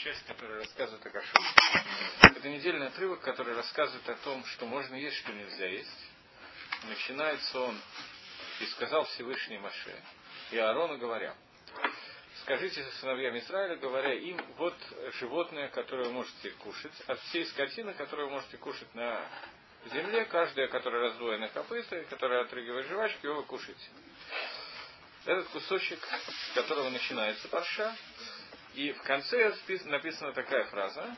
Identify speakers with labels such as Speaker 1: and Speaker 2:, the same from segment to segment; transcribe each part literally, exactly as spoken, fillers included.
Speaker 1: часть, которая рассказывает о кашруте. Это недельный отрывок, который рассказывает о том, что можно есть, что нельзя есть. Начинается он: «И сказал Всевышний Моше и Аарону, говоря: скажите сыновьям Израиля, говоря им, вот животное, которое вы можете кушать, от всей скотины, которую вы можете кушать на земле, каждая, которая раздвоена копыта, которая отрыгивает жвачку, его вы кушаете». Этот кусочек, с которого начинается парша, и в конце написана такая фраза,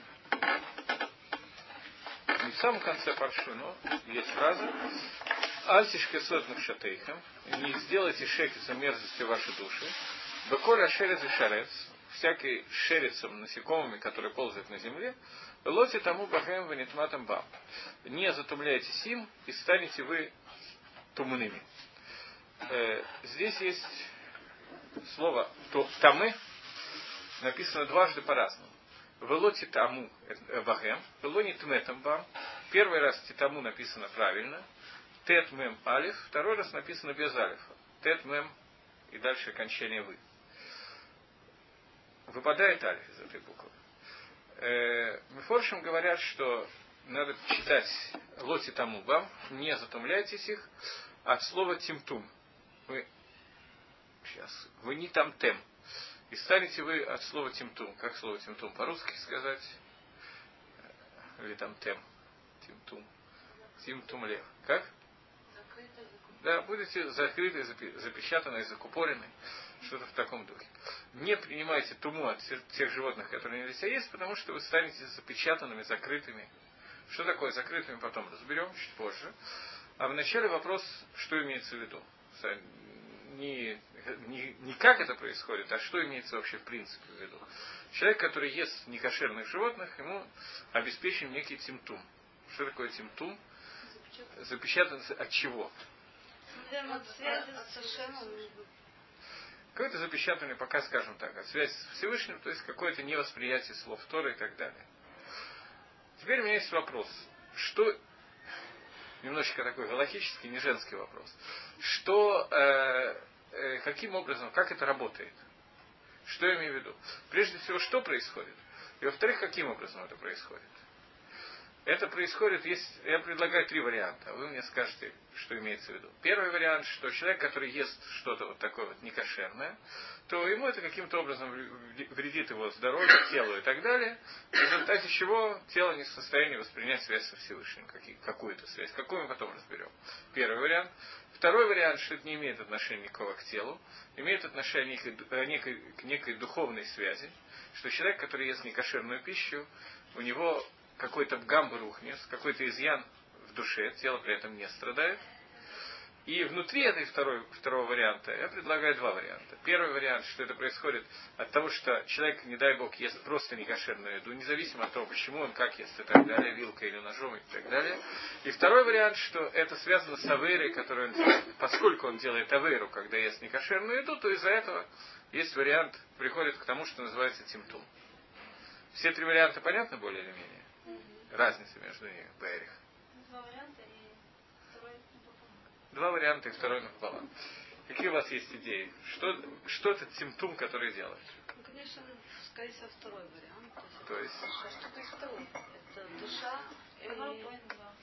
Speaker 1: не в самом конце парши, но есть фраза: «Альтишке сотных шатейхам, не сделайте шекисом мерзостью вашей души, беколя шерец и шарец, всякий шерецом, насекомыми, которые ползают на земле, лоти тому бахем ванитматам бам, не затумляйтесь им, и станете вы тумными». Э, здесь есть слово «тамы», написано дважды по-разному. «Вело титаму бахем», «вело нитметам бам». Первый раз титаму написано правильно, тет мем алиф, второй раз написано без алифа, тет мем и дальше окончание вы. Выпадает алиф из этой буквы. Э, Мефоршим говорят, что надо читать лоти таму бам, не затумляйтесь их, от слова тимтум. Вы сейчас, вы не там тем. И станете вы от слова тимтум. Как слово тимтум по-русски сказать? Или там тем? Тимтум. Тимтум лев. Как? Да, будете закрыты, запечатаны, закупорены. Что-то в таком духе. Не принимайте туму от тех животных, которые нельзя есть, потому что вы станете запечатанными, закрытыми. Что такое закрытыми, потом разберем чуть позже. А вначале вопрос, что имеется в виду. Не, не, не как это происходит, а что имеется вообще в принципе в виду. Человек, который ест некошерных животных, ему обеспечен некий тимтум. Что такое тимтум? Запечатан от чего? Какое-то запечатанное, пока скажем так, от связи с Всевышним, то есть какое-то невосприятие слов Торы и так далее. Теперь у меня есть вопрос. Что... Немножечко такой галактический, не женский вопрос. Что, э, э, каким образом, как это работает? Что я имею в виду? Прежде всего, что происходит? И во-вторых, каким образом это происходит? Это происходит, есть, я предлагаю три варианта, а вы мне скажете, что имеется в виду. Первый вариант, что человек, который ест что-то вот такое вот некошерное, то ему это каким-то образом вредит его здоровью, телу и так далее, в результате чего тело не в состоянии воспринять связь со Всевышним, какую-то связь, какую мы потом разберем. Первый вариант. Второй вариант, что это не имеет отношения никакого к телу, имеет отношение к некой, к некой духовной связи, что человек, который ест некошерную пищу, у него какой-то бгам рухнес, какой-то изъян в душе, тело при этом не страдает. И внутри этой второй, второго варианта я предлагаю два варианта. Первый вариант, что это происходит от того, что человек, не дай бог, ест просто некошерную еду, независимо от того, почему он, как ест и так далее, вилкой или ножом и так далее. И второй вариант, что это связано с авейрой, которую он делает. Поскольку он делает авейру, когда ест некошерную еду, то из-за этого есть вариант, приходит к тому, что называется тимтум. Все три варианта понятны более или менее? Разница между ними, Бэрих.
Speaker 2: Два варианта и второй напополам.
Speaker 1: Два варианта и второй напополам. Какие у вас есть идеи? Что, что это тимтум, который делает?
Speaker 2: Ну, конечно, скорее всего, второй вариант.
Speaker 1: То есть?
Speaker 2: Что-то из второго. Это душа и...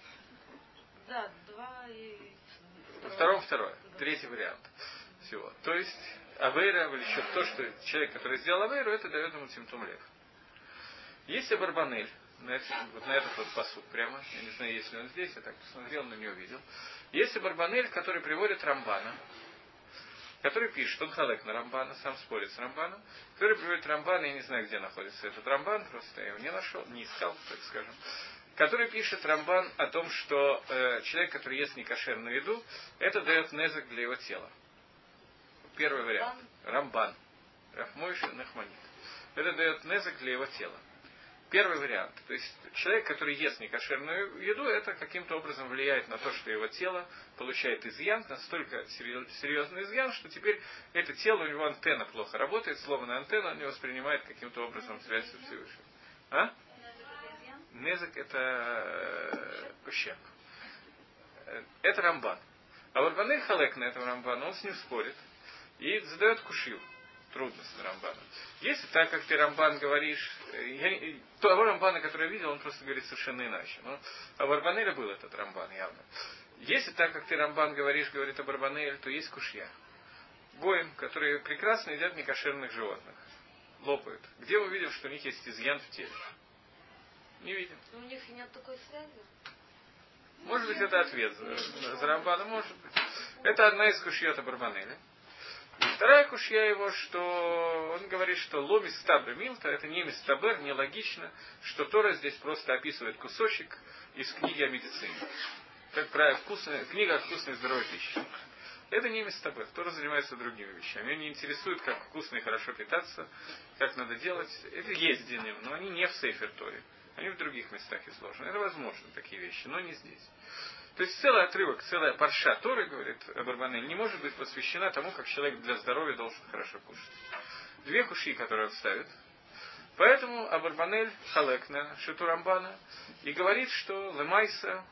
Speaker 2: Да, два и...
Speaker 1: Во втором второе. Да. Третий вариант. Всего. То есть, авейра влечет то, что человек, который сделал авейру, это дает ему тимтум лев. Есть Абарбанель. На этот, вот на этот вот посуд прямо, я не знаю, есть ли он здесь, я так посмотрел, но не увидел. Есть Барбанель, который приводит Рамбана, который пишет, он халек на Рамбана, сам спорит с Рамбаном, который приводит Рамбана, я не знаю, где находится этот Рамбан, просто я его не нашел, не искал, так скажем, который пишет Рамбан о том, что э, человек, который ест некошерную еду, это дает незак для его тела. Первый вариант. Рамбан. Рафмойши Нахманит. Это дает незак для его тела. Первый вариант. То есть человек, который ест некошерную еду, это каким-то образом влияет на то, что его тело получает изъян, настолько серьезный изъян, что теперь это тело, у него антенна плохо работает, словно антенна, он не воспринимает каким-то образом связь со Всевышним. А? Незак это ущерб. Это Рамбан. А вот Банель Халек на этом Рамбану, он с ним спорит и задает кушью. трудно с Рамбаном. Если так, как ты, Рамбан, говоришь, я, того Рамбана, который я видел, он просто говорит совершенно иначе. Но об Арбанеле был этот Рамбан явно. Если так, как ты, Рамбан, говоришь, говорит об Арбанеле, то есть кушья. Гоем, которые прекрасно едят некошерных животных. Лопают. Где мы видим, что у них есть изъян в теле? Не видим.
Speaker 2: У них нет такой связи.
Speaker 1: Может быть, это ответ за Рамбана, может быть. Это одна из кушьет Абарбанеля. И вторая кушья его, что он говорит, что ло мистабр милта, это не мистабер, не логично, что Тора здесь просто описывает кусочек из книги о медицине. Как правило, вкусная, книга о вкусной и здоровой пище. Это не мистабер, Тора занимается другими вещами. Ее не интересует, как вкусно и хорошо питаться, как надо делать. Это есть в нем, но они не в Сейфер Торе. Они в других местах изложены. Это возможно, такие вещи, но не здесь. То есть целый отрывок, целая парша Торы, говорит Абарбанель, не может быть посвящена тому, как человек для здоровья должен хорошо кушать. Две куши, которые он ставит. Поэтому Абарбанель халек на шиту Рамбана и говорит, что лемайса,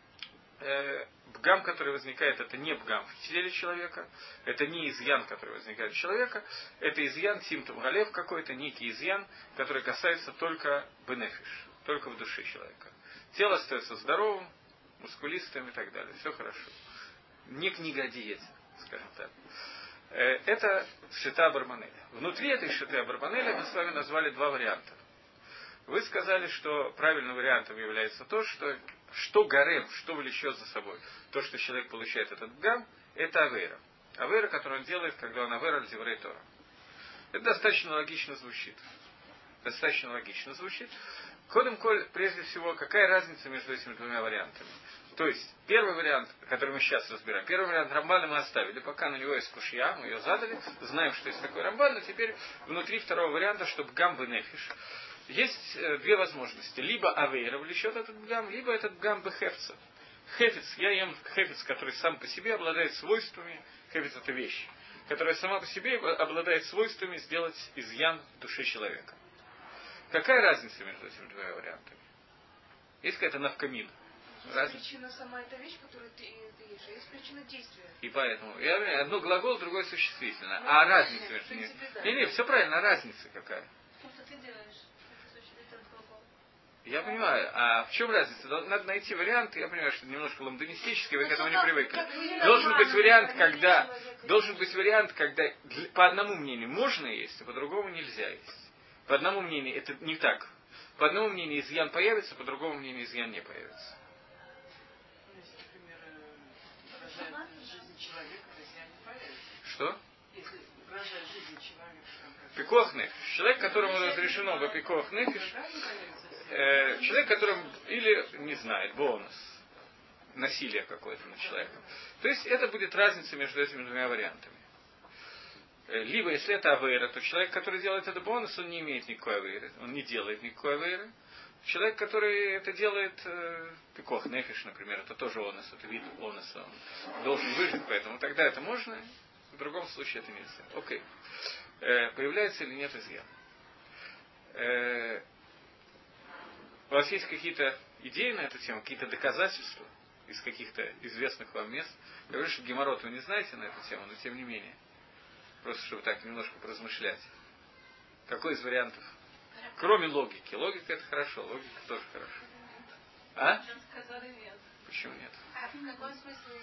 Speaker 1: э, бгам, который возникает, это не бгам в теле человека, это не изъян, который возникает у человека, это изъян, симптом галев какой-то, некий изъян, который касается только бенефиш, только в душе человека. Тело остается здоровым, мускулистым и так далее. Все хорошо. Не книга о диете, скажем так. Это шита Барбанеля. Внутри этой шиты Барбанеля мы с вами назвали два варианта. Вы сказали, что правильным вариантом является то, что, что гарем, что влечет за собой. То, что человек получает этот гам, это авейра. Авейра, которую он делает, когда он авейра аль-диврей Тора. Это достаточно логично звучит. Достаточно логично звучит. Ходом коль, прежде всего, какая разница между этими двумя вариантами? То есть, первый вариант, который мы сейчас разбираем, первый вариант Рамбана мы оставили, пока на него есть кушья, мы ее задали, знаем, что есть такой Рамбан, но теперь внутри второго варианта, чтобы гам бенефиш, есть э, две возможности. Либо авейра влечет этот гам, либо этот гам бехефца. Хефец, я ем хефец, который сам по себе обладает свойствами, хефец это вещь, которая сама по себе обладает свойствами сделать изъян в душе человека. Какая разница между этими двумя вариантами? Есть какая-то навкамина?
Speaker 3: Есть причина сама эта вещь, которую ты, ты ешь, а есть причина действия.
Speaker 1: И поэтому, я понимаю, одно глагол, другое существительное. Ну, а разница между ними? Да. Не, не, все правильно, а разница какая?
Speaker 2: Что ты делаешь? Это глагол.
Speaker 1: Я понимаю, а в чем разница? Надо найти вариант, я понимаю, что это немножко ламдонистически, вы к этому не привыкли. Должен быть вариант, когда, должен быть вариант, когда по одному мнению можно есть, а по другому нельзя есть. По одному мнению это не так. По одному мнению изъян появится, по другому мнению изъян не появится.
Speaker 3: Если, например, угрожает жизни человека, то изъян не появится.
Speaker 1: Что?
Speaker 3: Если угрожает жизни человека.
Speaker 1: Пикох нефиш. Человек, которому разрешено бы пикох нефиш, э, человек, которому или не знает, бонус, насилие какое-то над человеком. То есть это будет разница между этими двумя вариантами. Либо, если это авейра, то человек, который делает это бонус, он не имеет никакой авейры, он не делает никакой авейры. Человек, который это делает, пикох нефиш, например, это тоже онос, это вид оноса, он должен выжить, поэтому тогда это можно, в другом случае это нельзя. Окей. Э, появляется или нет изъян? Э, у вас есть какие-то идеи на эту тему, какие-то доказательства из каких-то известных вам мест? Я говорю, что геморрот вы не знаете на эту тему, но тем не менее. Просто чтобы так немножко поразмышлять. Какой из вариантов? Кроме логики. Логика это хорошо, логика тоже хорошо. А? Почему нет?
Speaker 2: А в каком смысле?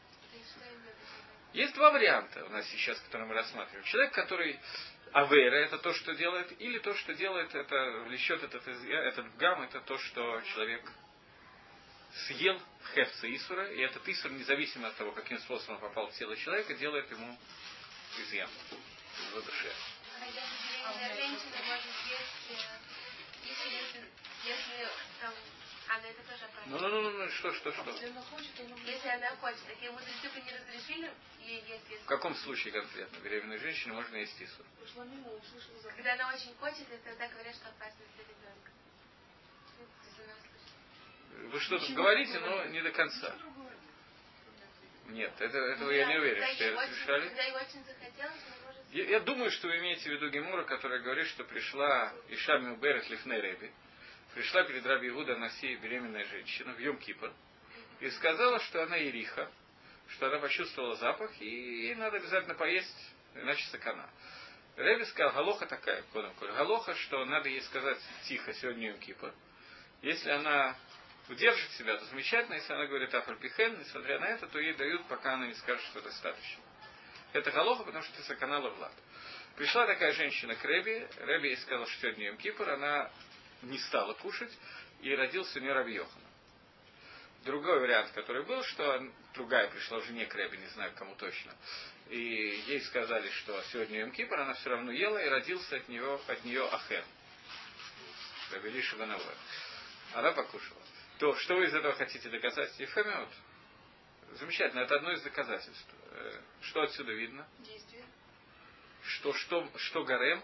Speaker 1: Есть два варианта у нас сейчас, которые мы рассматриваем. Человек, который авейра, это то, что делает, или то, что делает, это влечет этот, этот гам, это то, что человек съел хефца Исура, и этот Исур, независимо от того, каким способом попал в тело человека, делает ему изъян в его душе.
Speaker 2: А женщина может есть, если, если там, она это тоже
Speaker 1: Ну, ну, ну, ну, что, что, что?
Speaker 2: Если она хочет, то она Если она хочет, так ему только не разрешили ей есть.
Speaker 1: В каком случае конкретно? Беременной женщине можно есть Исур?
Speaker 2: Когда она очень хочет, и тогда говорят, что опасно для ребенка.
Speaker 1: Вы что тут говорите, но не до конца. Нет, это, этого я не уверен, что я разрешали. Я, я думаю, что вы имеете в виду Гемора, которая говорит, что пришла Иша Милберет Лифней Реби, пришла перед Раби Иуда Наси беременная женщина в Йом-Кипр и сказала, что она ериха, что она почувствовала запах, и ей надо обязательно поесть, иначе сакана. Ребе сказал, галоха такая, галоха, что надо ей сказать тихо, сегодня Йом-Кипур. Если она удержит себя, то замечательно. Если она говорит афальпихен, несмотря на это, то ей дают, пока она не скажет, что достаточно. Это галоха, потому что это саканала влад. Пришла такая женщина к Ребе, Ребе ей сказал, что сегодня Йом-Кипур, она не стала кушать, и родился у нее Раби Йохан. Другой вариант, который был, что другая пришла уже не к Ребе, не знаю кому точно, и ей сказали, что сегодня Йом-Кипур, она все равно ела, и родился от нее, от нее Ахер. Раби Лиша Банавой. Она покушала. То, что вы из этого хотите доказать? Ефемиот. Замечательно, это одно из доказательств. Что отсюда видно?
Speaker 2: Действие.
Speaker 1: Что, что, что гарем?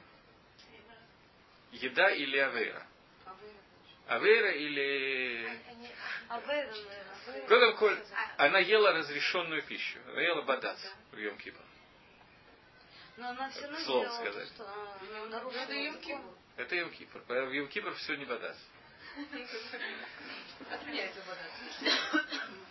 Speaker 1: Еда или авейра? Авейра или...
Speaker 2: Авейра,
Speaker 1: Годом коль, она ела разрешенную пищу. Она ела бадац в Йом-Кипур.
Speaker 2: Но она все равно
Speaker 1: Слово
Speaker 2: сделала
Speaker 1: сказать.
Speaker 2: то, что она нарушила
Speaker 3: Это Йом-Кипур.
Speaker 1: Это Йом-Кипур. В Йом-Кипур все не бадац.
Speaker 3: Отменяется вода.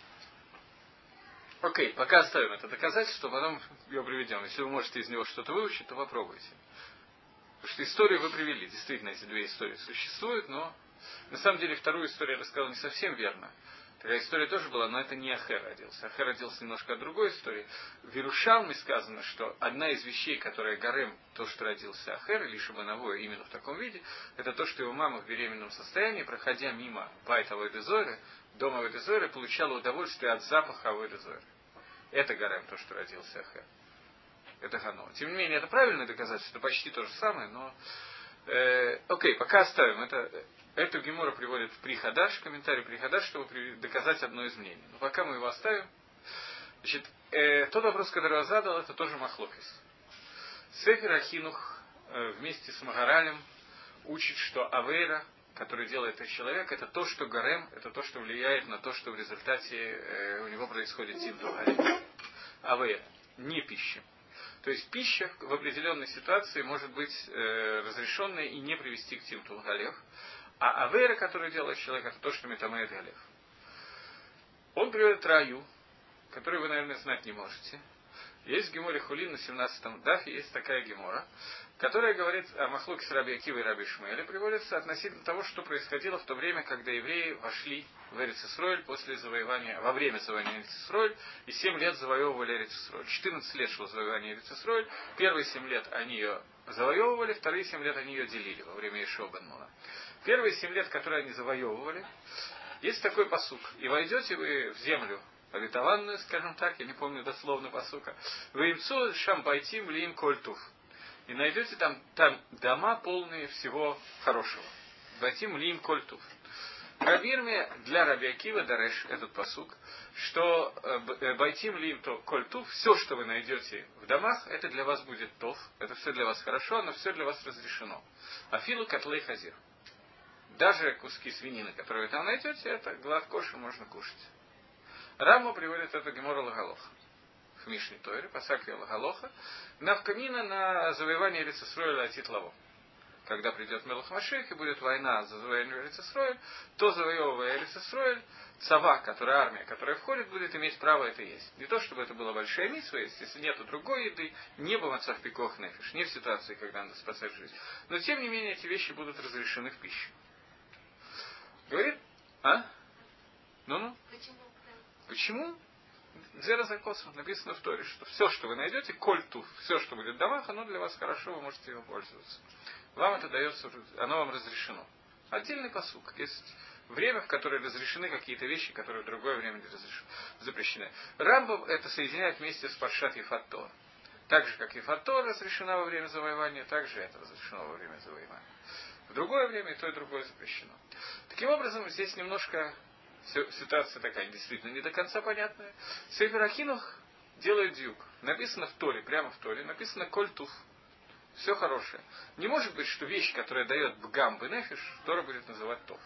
Speaker 1: Окей, пока оставим это доказательство, потом его приведем. Если вы можете из него что-то выучить, то попробуйте. Потому что историю вы привели. Действительно, эти две истории существуют, но на самом деле вторую историю я рассказал не совсем верно. Такая история тоже была, но это не Ахер родился. Ахер родился немножко от другой истории. В Иерушалме сказано, что одна из вещей, которая Гарем, то, что родился Ахер, или Шабановое именно в таком виде, это то, что его мама в беременном состоянии, проходя мимо Байта Авойдезойры, дома Авойдезойры, получала удовольствие от запаха Авойдезойры. Это Гарем, то, что родился Ахер. Это Хано. Тем не менее, это правильное доказательство, это почти то же самое, но... Э, окей, пока оставим. Это, эту гемору приводит в Прихадаш, комментарий Прихадаш, чтобы доказать одно из мнений. Но пока мы его оставим. Значит, э, тот вопрос, который я задал, это тоже Махлокис. Сефер Ахинух э, вместе с Магаралем учит, что Авейра, который делает этот человек, это то, что Гарем, это то, что влияет на то, что в результате э, у него происходит симптом Авейра, не пища. То есть пища в определенной ситуации может быть э, разрешенной и не привести к тимтул галев. А авейра, которую делает человек, это то, что метамеет галев. Он приводит раю, которую вы, наверное, знать не можете. Есть в Геморе Хулин на семнадцатом дафе, есть такая гемора, которая говорит о Махлоке с Раби Акивой и Раби Шмуэле, приводится относительно того, что происходило в то время, когда евреи вошли в Эрец-Исроэль после завоевания, во время завоевания Эрец-Исроэль, и семь лет завоевывали Эрец-Исроэль. четырнадцать лет шло завоевание Эрец-Исроэль, первые семь лет они ее завоевывали, вторые семь лет они ее делили во время Ешуа бен Нуна. Первые семь лет, которые они завоевывали, есть такой пасук. И войдете вы в землю обетованную, скажем так, я не помню дословно пасука, вы имцу шампайтим лиим кольтуф. И найдете там, там дома, полные всего хорошего. Байтим лиим кольтуф. Рабирме для Раби Акива дареш этот пасук, что байтим лиим кольтуф, все, что вы найдете в домах, это для вас будет тов, это все для вас хорошо, но все для вас разрешено. Афилу котлей хазир. Даже куски свинины, которые вы там найдете, это глад кошер, можно кушать. Рама приводит это Гемора Лагалоха. В Мишне Тойре, Пасакви Лагалоха, навкамина на завоевание Эрец-Исроэля от Титлаво. Когда придет Мелах Машиах и будет война за завоевание Эрец-Исроэль, то завоевывая Эрец-Исроэль, цава, которая армия, которая входит, будет иметь право это есть. Не то, чтобы это была большая митсва, если нет другой еды, не было отца в пикох нефиш, не в ситуации, когда надо спасать жизнь. Но тем не менее эти вещи будут разрешены в пищу. Говорит, а? Ну-ну.
Speaker 2: Почему?
Speaker 1: Почему? Дзера закосом написано в Торе, что все, что вы найдете, кольтуф, все, что будет в домах, оно для вас хорошо, вы можете его пользоваться. Вам это дается, оно вам разрешено. Отдельный пасук. Есть время, в которое разрешены какие-то вещи, которые в другое время не разрешены, запрещены. Рамбам это соединяет вместе с Паршат Ефат Тора. Так же, как Ефат Тора разрешена во время завоевания, так же это разрешено во время завоевания. В другое время и то, и другое запрещено. Таким образом, здесь немножко ситуация такая, действительно, не до конца понятная. Сефер Ахинух делает дьюк. Написано в Торе, прямо в Торе, написано кольтуф. Все хорошее. Не может быть, что вещь, которая дает бгам бенефиш, Тора будет называть тов.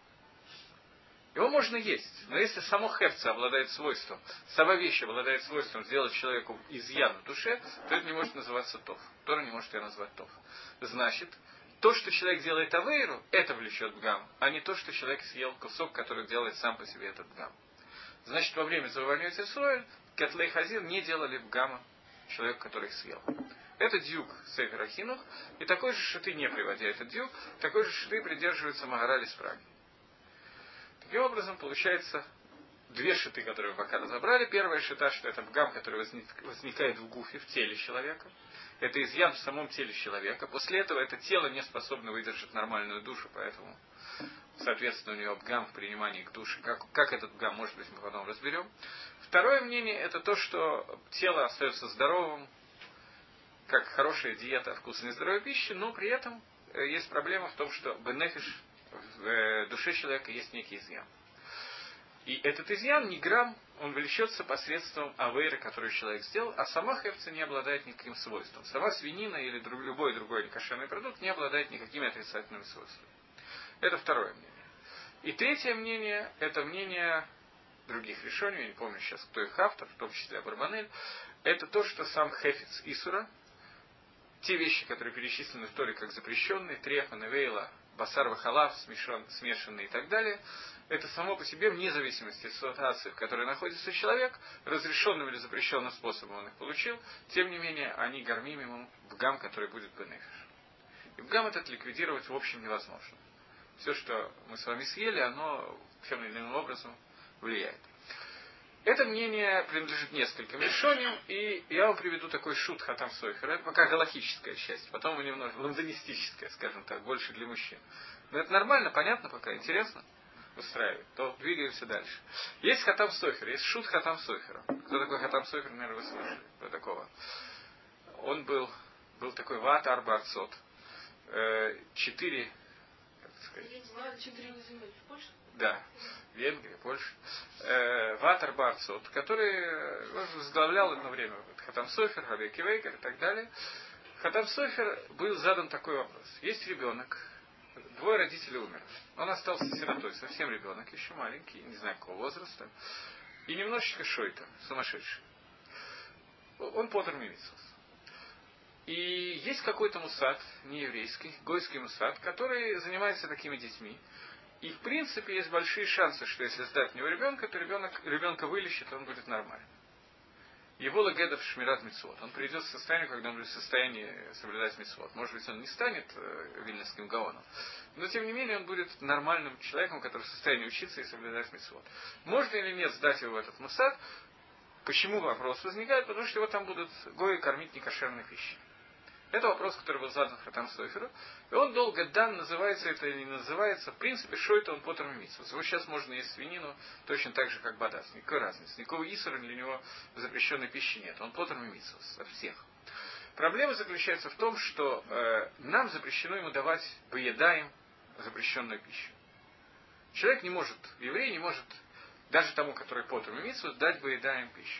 Speaker 1: Его можно есть, но если само хефца обладает свойством, сама вещь обладает свойством сделать человеку изъян в душе, то это не может называться тов. Тора не может ее назвать тов. Значит, то, что человек делает авейру, это влечет бгам, а не то, что человек съел кусок, который делает сам по себе этот бгам. Значит, во время завоевания Эрец-Исроэль Кетлей Хазир не делали бгама человеку, который их съел. Это дьюк Сефер Ахинух, и такой же шиты, не приводя этот дьюк, такой же шиты придерживается Магараль из Праги. Таким образом, получается две шиты, которые мы пока разобрали. Первая шита, что это бгам, который возник, возникает в гуфе, в теле человека. Это изъян в самом теле человека. После этого это тело не способно выдержать нормальную душу, поэтому, соответственно, у него бгам в принимании к душе. Как, как этот бгам, может быть, мы потом разберем. Второе мнение, это то, что тело остается здоровым, как хорошая диета, вкусная и здоровая пища, но при этом есть проблема в том, что бенефиш, в душе человека есть некий изъян. И этот изъян, не грамм, он влечется посредством авейры, которую человек сделал, а сама хефца не обладает никаким свойством. Сама свинина или друг, любой другой некошерный продукт не обладает никакими отрицательными свойствами. Это второе мнение. И третье мнение, это мнение других решений, я не помню сейчас, кто их автор, в том числе Абарбанель, это то, что сам хефец Исура, те вещи, которые перечислены в Торе как запрещенные, трефа, невейла, басар вахалав, смешанные и так далее, это само по себе, вне зависимости от ситуации, в которой находится человек, разрешенным или запрещенным способом он их получил, тем не менее, они гормим ему бгам, который будет бенефиш. И бгам этот ликвидировать в общем невозможно. Все, что мы с вами съели, оно тем или иным образом влияет. Это мнение принадлежит нескольким решениям, и я вам приведу такой шут Хатам Сойфера. Это пока галахическая часть, потом немножко лондонистическая, скажем так, больше для мужчин. Но это нормально, понятно пока, интересно устраивает, то двигаемся дальше. Есть Хатам Сойфер, есть шут Хатам Сойфера. Кто такой Хатам Сойфер, наверное, вы слышали про такого. Он был, был такой Ваат Арба Арцот. Четыре, как сказать...
Speaker 2: Четыре земли в Польше?
Speaker 1: Да, Венгрия, Польша. Э, Ватар Барцот, который возглавлял одно время Хатам Софер, Хабеки Вейкер и так далее. Хатам Софер был задан такой вопрос. Есть ребенок, двое родителей умерли. Он остался сиротой, совсем ребенок, еще маленький, не знаю какого возраста. И немножечко шойта, сумасшедший. Он подр мимицус. И есть какой-то мусад, не еврейский, гойский мусад, который занимается такими детьми. И в принципе есть большие шансы, что если сдать в него ребенка, то ребенок, ребенка вылечит, он будет нормальным. Его лагедов шмират мицвот. Он придет в состояние, когда он будет в состоянии соблюдать мицвот. Может быть, он не станет э, вильнюсским гаоном, но тем не менее он будет нормальным человеком, который в состоянии учиться и соблюдать мицвот. Можно или нет сдать его в этот мусад? Почему вопрос возникает? Потому что его там будут гои кормить некошерной пищей. Это вопрос, который был задан Хатам Соферу. И он долго дан, называется это или не называется. В принципе, что это он потр мимицус. Его сейчас можно есть свинину, точно так же, как бадас. Никакой разницы. Никакого исура для него запрещенной пищи нет. Он потр мимицус от всех. Проблема заключается в том, что э, нам запрещено ему давать боедаем запрещенную пищу. Человек не может, еврей не может, даже тому, который потр мимицус, дать боедаем пищу.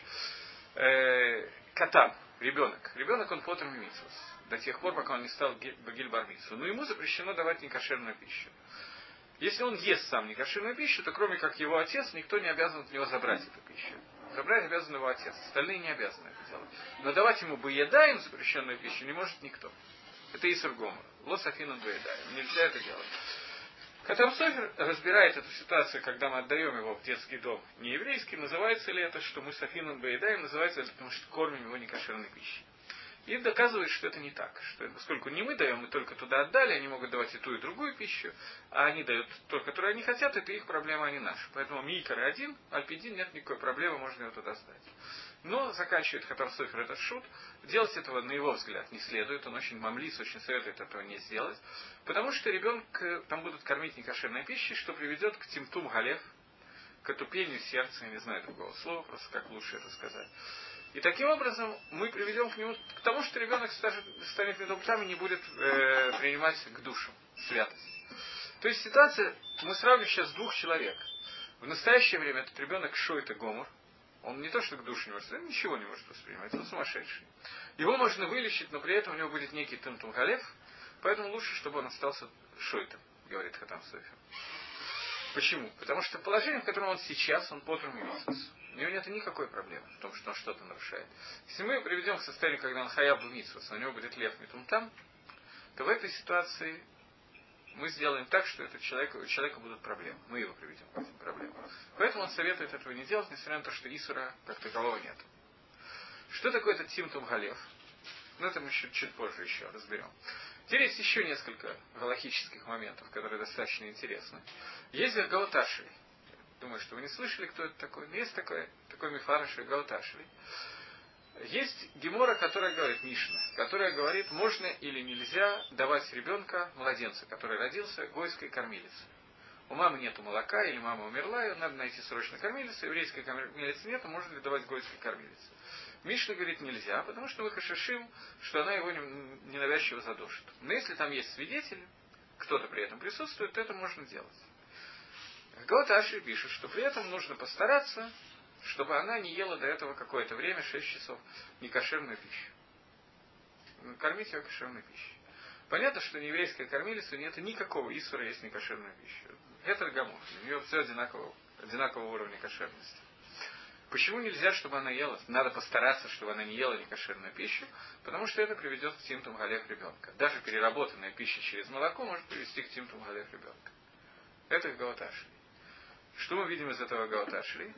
Speaker 1: Э, катан, ребенок. Ребенок он потр мимицус. До тех пор, пока он не стал багиль бар мицву. Но ему запрещено давать некошерную пищу. Если он ест сам некошерную пищу, то кроме как его отец, никто не обязан от него забрать эту пищу. Забрать обязан его отец. Остальные не обязаны это делать. Но давать ему боедаем запрещенную пищу не может никто. Это Исур Гомор. Лос афинан боедаем. Нельзя это делать. Хатам Софер разбирает эту ситуацию, когда мы отдаем его в детский дом нееврейский. Называется ли это, что мы с афинан боедаем, называется это, потому что кормим его некошерной пищей. И доказывает, что это не так. Что, поскольку не мы даем, мы только туда отдали, они могут давать и ту, и другую пищу, а они дают то, которое они хотят, это их проблема, а не наша. Поэтому Микар один, Альпидин, нет никакой проблемы, можно его туда сдать. Но, заканчивает Хатам Софер этот шут, делать этого, на его взгляд, не следует. Он очень мамлис, очень советует этого не сделать. Потому что ребенка там будут кормить некошерной пищей, что приведет к тимтум галев, к отупению сердца, я не знаю другого слова, просто как лучше это сказать. И таким образом мы приведем к нему к тому, что ребенок станет медоптам и не будет э, принимать к душам святость. То есть ситуация, мы сравниваем сейчас двух человек. В настоящее время этот ребенок шойта гомор. Он не то, что к душе не может, он ничего не может воспринимать, он сумасшедший. Его можно вылечить, но при этом у него будет некий тымтум галев, поэтому лучше, чтобы он остался шойтом, говорит Хатам Софер. Почему? Потому что положение, в котором он сейчас, он потр мимицус. У него нет никакой проблемы в том, что он что-то нарушает. Если мы приведем к состоянию, когда он хаяб мицвус, у него будет лев митумтам, то в этой ситуации мы сделаем так, что этот человек, у человека будут проблемы. Мы его приведем к этим проблемам. Поэтому он советует этого не делать, несмотря на то, что исура как такового нет. Что такое этот тимтум галев? Но это мы чуть, чуть позже еще разберем. Теперь есть еще несколько галахических моментов, которые достаточно интересны. Есть Гаот Ашри. Думаю, что вы не слышали, кто это такой. Но есть такой, такой Мифараш Гаот Ашри. Есть Гемора, которая говорит, Мишна, которая говорит, можно или нельзя давать ребенка, младенца, который родился, гойской кормилице. У мамы нету молока, или мама умерла, и надо найти срочно кормилицу, еврейской кормилицы нету, можно ли давать гойской кормилице. Мишна говорит, нельзя, потому что мы хашишим, что она его ненавязчиво задушит. Но если там есть свидетели, кто-то при этом присутствует, то это можно делать. Гаот Ашри пишет, что при этом нужно постараться, чтобы она не ела до этого какое-то время, шесть часов, некошерную пищу. Кормить ее кошерной пищей. Понятно, что нееврейская кормилица, у нее нет никакого исура есть некошерную пищу. Это гамур, у нее все одинакового, одинакового уровня кошерности. Почему нельзя, чтобы она ела? Надо постараться, чтобы она не ела некошерную пищу, потому что это приведет к тимтум галех ребенка. Даже переработанная пища через молоко может привести к тимтум галех ребенка. Это Гаот Ашри. Что мы видим из этого Гаот Ашри?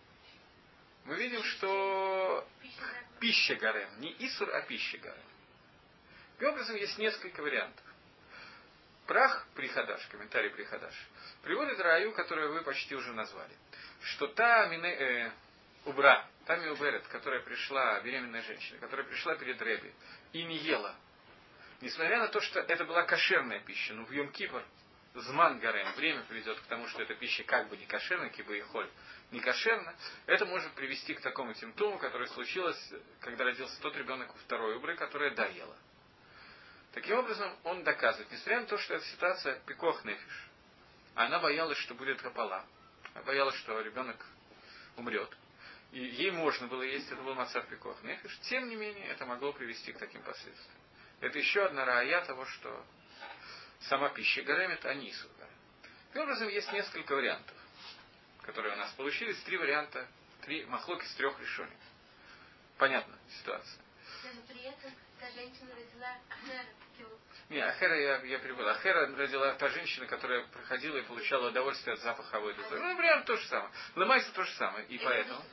Speaker 1: Мы видим, что пища гарем, не исур, а пища гарем. Таким образом, есть несколько вариантов. Прах Прихадаш, комментарий Прихадаш, приводит раю, которую вы почти уже назвали. Что та мине, э, убра, та миуберет, которая пришла, беременная женщина, которая пришла перед Реби и не ела, несмотря на то, что это была кошерная пища, но в Йом-Кипр зман гарем, время приведет к тому, что эта пища как бы не кошерная, киба и холь, не кошерна, это может привести к такому тимтуму, который случилось, когда родился тот ребенок у второй убры, которая доела. Таким образом, он доказывает, несмотря на то, что эта ситуация пикох нефиш, она боялась, что будет капала, она боялась, что ребенок умрет, и ей можно было есть, это был мацав пикох нефиш, тем не менее, это могло привести к таким последствиям. Это еще одна раая того, что сама пища гаремит, а не исур гарем. Таким образом, есть несколько вариантов, которые у нас получились, три варианта, три махлоки с трех решений. Понятна ситуация.
Speaker 4: Даже при этом та женщина родила Ахера.
Speaker 1: Не, Ахера я, я перебыл. Ахера родила та женщина, которая проходила и получала удовольствие от запаха воды. Ну, прям то же самое. Ломайся то же самое. И, и поэтому...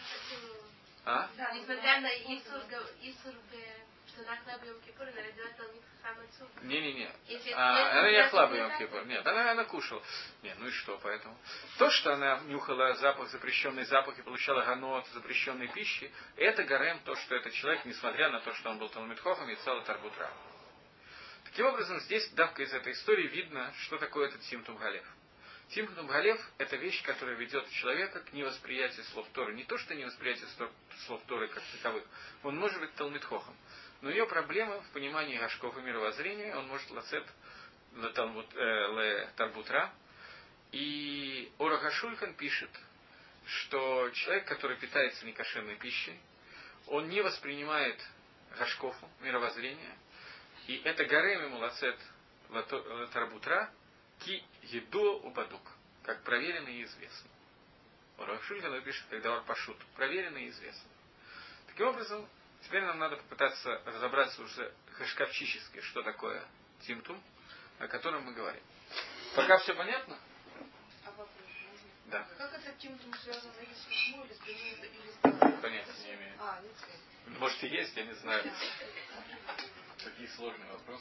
Speaker 1: А?
Speaker 4: Да, несмотря на Исур, Исур, что она хлеб Йом-Кипур, она родила Талмид Хахам Ацур.
Speaker 1: Не-не-не. А, она не хлеб Йом-Кипур. Нет, она, она кушала. Не, ну и что, поэтому. То, что она нюхала запах, запрещенный запах, и получала гану от запрещенной пищи, это гарем, то, что этот человек, несмотря на то, что он был Талмид Хохам, и цела Тарбут Ра. Таким образом, здесь, давка из этой истории, видно, что такое этот Тимтум Галев. Тимтум Галев – это вещь, которая ведет человека к невосприятию слов Торы. Не то, что невосприятие слов Торы как таковых, он может быть Талмид Хохам. Но ее проблема в понимании Гашков и мировоззрения, он может лацет ле Тарбутра. И Ора Гашульхан пишет, что человек, который питается некошерной пищей, он не воспринимает Гашкофу, мировоззрение, и это гарем ему лацет Тарбутра, ки еду упадук, как проверено и известно. Ора Гашульхан пишет, когда Ор Пашут, проверено и известно. Таким образом, теперь нам надо попытаться разобраться уже хашкавчически, что такое тимтум, о котором мы говорим. Пока все понятно?
Speaker 3: А вопрос?
Speaker 1: Да.
Speaker 3: Как это тимтум связано или с письмом, или с письмом, или с письмом?
Speaker 1: Понятия не имею.
Speaker 3: А, не связано.
Speaker 1: Может и есть, я не знаю. Такие сложные вопросы.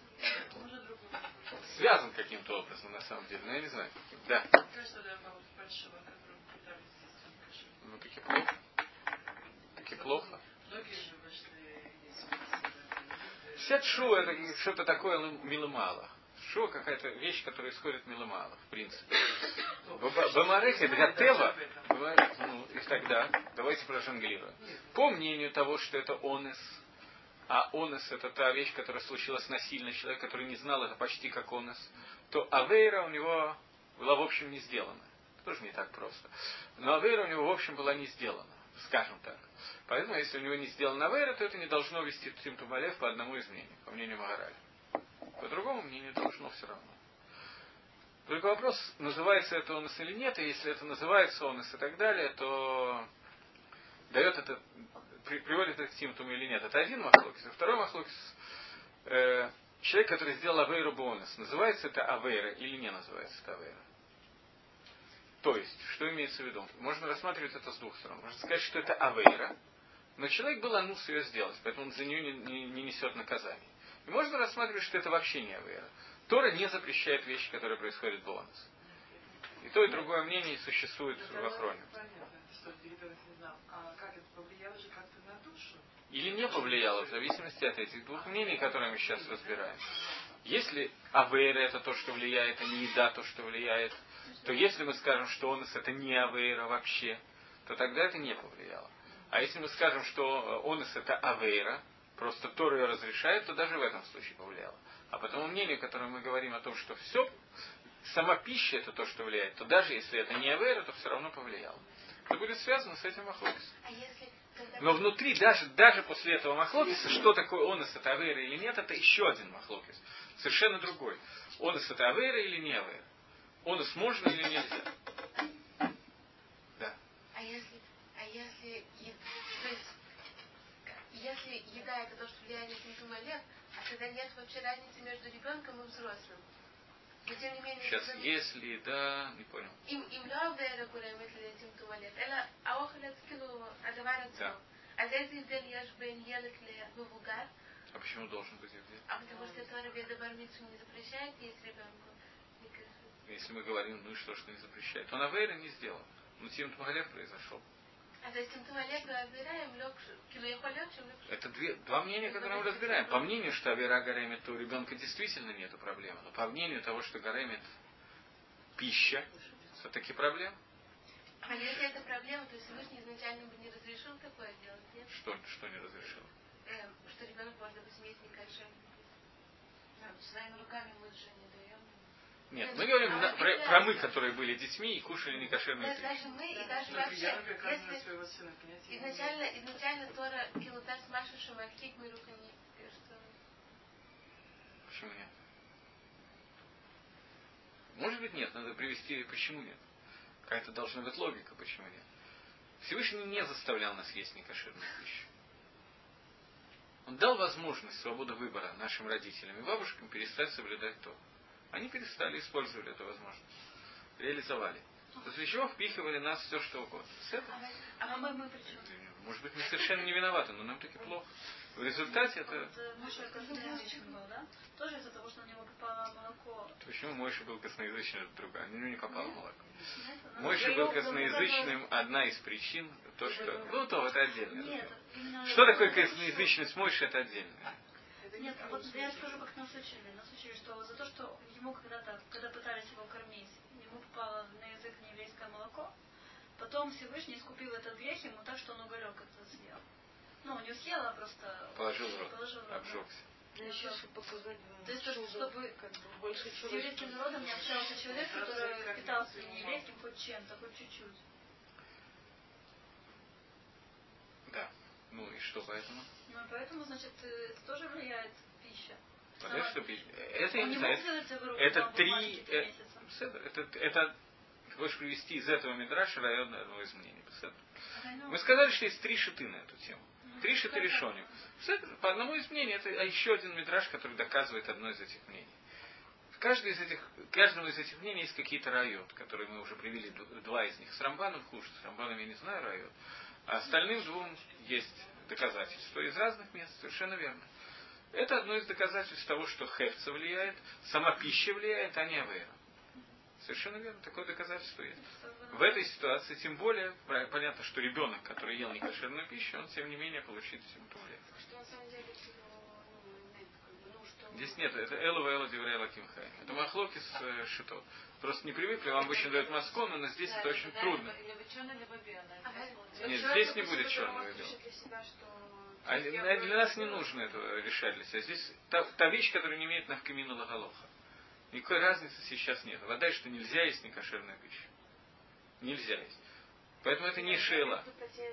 Speaker 1: Связан каким-то образом, на самом деле, но я не знаю. Да.
Speaker 3: Кажется, да, вот большого, которым пытались здесь.
Speaker 1: Ну, таки плохо. Таки плохо.
Speaker 3: Многие же вышли из
Speaker 1: Вся шу это что-то такое мило-мало. Шу какая-то вещь, которая исходит мило-мало, в принципе. В Амарехе для Тева, ну и тогда, давайте прожонглируем. По мнению того, что это онес, а онес это та вещь, которая случилась насильно, человек, который не знал, это почти как онес, то авейра у него была в общем не сделана. Тоже не так просто. Но авейра у него в общем была не сделана, скажем так. Поэтому, если у него не сделана авейра, то это не должно вести к тимтум алеф по одному из мнений, по мнению Магараля. По другому мнению должно все равно. Только вопрос, называется это онес или нет, и если это называется онес и так далее, то дает это, при, приводит это к тимтуму или нет. Это один махлокис. А второй махлокис, э, человек, который сделал авейру бонус, называется это авейра или не называется это авейра. То есть, что имеется в виду? Можно рассматривать это с двух сторон. Можно сказать, что это авейра, Но человек был анус ее сделать, поэтому он за нее не, не, не несет наказание. И можно рассматривать, что это вообще не авейра. Тора не запрещает вещи, которые происходят в онус. И то, и другое мнение существует в охроне.
Speaker 3: А как это повлияло же как-то на душу?
Speaker 1: Или не повлияло, в зависимости от этих двух мнений, которые мы сейчас разбираем. Если авейра это то, что влияет, а не еда то, что влияет, то если мы скажем, что онус это не авейра вообще, то тогда это не повлияло. А если мы скажем, что онус это авейра, просто Тора ее разрешает, то даже в этом случае повлияло. А по тому мнению, которое мы говорим о том, что все, сама пища это то, что влияет, то даже если это не авейра, то все равно повлияло. Это будет связано с этим махлокисом. Но внутри, даже, даже после этого махлокиса, что такое онус это авейра или нет, это еще один махлокис. Совершенно другой. Онус это авейра или не авейра? Онус можно или нельзя? Да.
Speaker 4: А если, а если, то есть, если еда это то, что влияет на симптомы лет, а тогда нет вообще разницы между ребенком и взрослым. Но тем не менее...
Speaker 1: Сейчас, если еда... Не понял.
Speaker 4: אם לא עובר הגורמת לסימפטום הלב, אלא האוכל, כאילו, הדבר עצמו. אז איזה הבדל יש בין ילד למבוגר?
Speaker 1: А почему должен быть הבдел?
Speaker 4: А потому что Тора ведь бар-мицву не запрещает есть ребенку.
Speaker 1: Если мы говорим, ну и что, что не запрещает. Он авейра не сделал. Но симптом алев произошел.
Speaker 4: А то есть симптом алев мы разбираем,
Speaker 1: это две, два мнения, которые мы разбираем. По мнению, что авейра гаремит, то у ребенка действительно нет проблемы. Но по мнению того, что гаремит пища, все-таки проблема.
Speaker 4: А если это проблема, то Всевышний изначально бы не разрешил такое делать, нет?
Speaker 1: Что, что не разрешил?
Speaker 4: Э, что ребенок может, допустим, есть некошерный.
Speaker 2: Да, своими руками мы же не даем.
Speaker 1: Нет, мы говорим а про, про мы, которые были детьми и кушали некошерную пищу.
Speaker 4: Даже мы, и даже
Speaker 3: да,
Speaker 4: вообще,
Speaker 3: если
Speaker 4: сына, изначально, изначально Тора килотас машу шамахик мы руками, что...
Speaker 1: Почему нет? Может быть нет, надо привести, почему нет. Какая-то должна быть логика, почему нет. Всевышний не заставлял нас есть некошерную пищу. Он дал возможность, свободу выбора нашим родителям и бабушкам перестать соблюдать то. Они перестали, использовали эту возможность. Реализовали. После чего впихивали нас все, что угодно.
Speaker 2: А мы, мы причем?
Speaker 1: Может быть, мы совершенно не виноваты, но нам таки плохо. В результате это...
Speaker 2: Вот Моше косноязычным был, да? Тоже из-за того, что на него попало молоко.
Speaker 1: Почему Моше был косноязычным, это другая? На него не попало молоко. Моше был косноязычным, одна из причин, то, что... Ну, то, это отдельно.
Speaker 2: Нет,
Speaker 1: что такое косноязычность Моше, это отдельно.
Speaker 2: Нет, вот я скажу, как нас учили. Нас учили, что за то, что ему когда-то, когда пытались его кормить, ему попало на язык нееврейское молоко, потом Всевышний искупил этот грех ему так, что он уголек это съел. Ну, не съел, а просто
Speaker 1: положил в рот,
Speaker 2: положил в рот,
Speaker 1: обжегся.
Speaker 2: Да. Еще, чтобы показать, то есть, чтобы, чтобы как бы, больше с еврейским народом не общался человек, который питался не еврейским хоть чем-то, хоть чуть-чуть.
Speaker 1: Да. Ну и что поэтому?
Speaker 2: Ну поэтому, значит, это тоже влияет пища.
Speaker 1: Понятно, что пища. Это, я
Speaker 2: не
Speaker 1: знаю,
Speaker 2: это,
Speaker 1: это три... Это, это, это ты хочешь привести из этого мидраша район одного из мнений. Мы сказали, что есть три шиты на эту тему. Три шиты решоним. По одному из мнений, это еще один мидраш, который доказывает одно из этих мнений. В каждой из этих, каждому из этих мнений есть какие-то райот, которые мы уже привели, два из них. С Рамбаном хуже, с Рамбаном я не знаю райот. А остальным двум есть доказательства из разных мест, совершенно верно. Это одно из доказательств того, что хефца влияет, сама пища влияет, а не авейра. Совершенно верно, такое доказательство есть. В этой ситуации, тем более, понятно, что ребенок, который ел некошерную пищу, он, тем не менее, получит симптом лет.
Speaker 2: Что на самом деле, ну, что...
Speaker 1: Здесь нет, это элова эло диврей лаким хай. Это махлокис э, шитот. Просто не привыкли, вам обычно дают маскону, но здесь это очень трудно. Нет, здесь не будет черного белого. А для нас не нужно этого решать для себя. Здесь та, та вещь, которая не имеет навкамина лагалоха. Никакой разницы сейчас нет. Вода, что нельзя есть некошерную пищу. Нельзя есть. Поэтому это не шейла.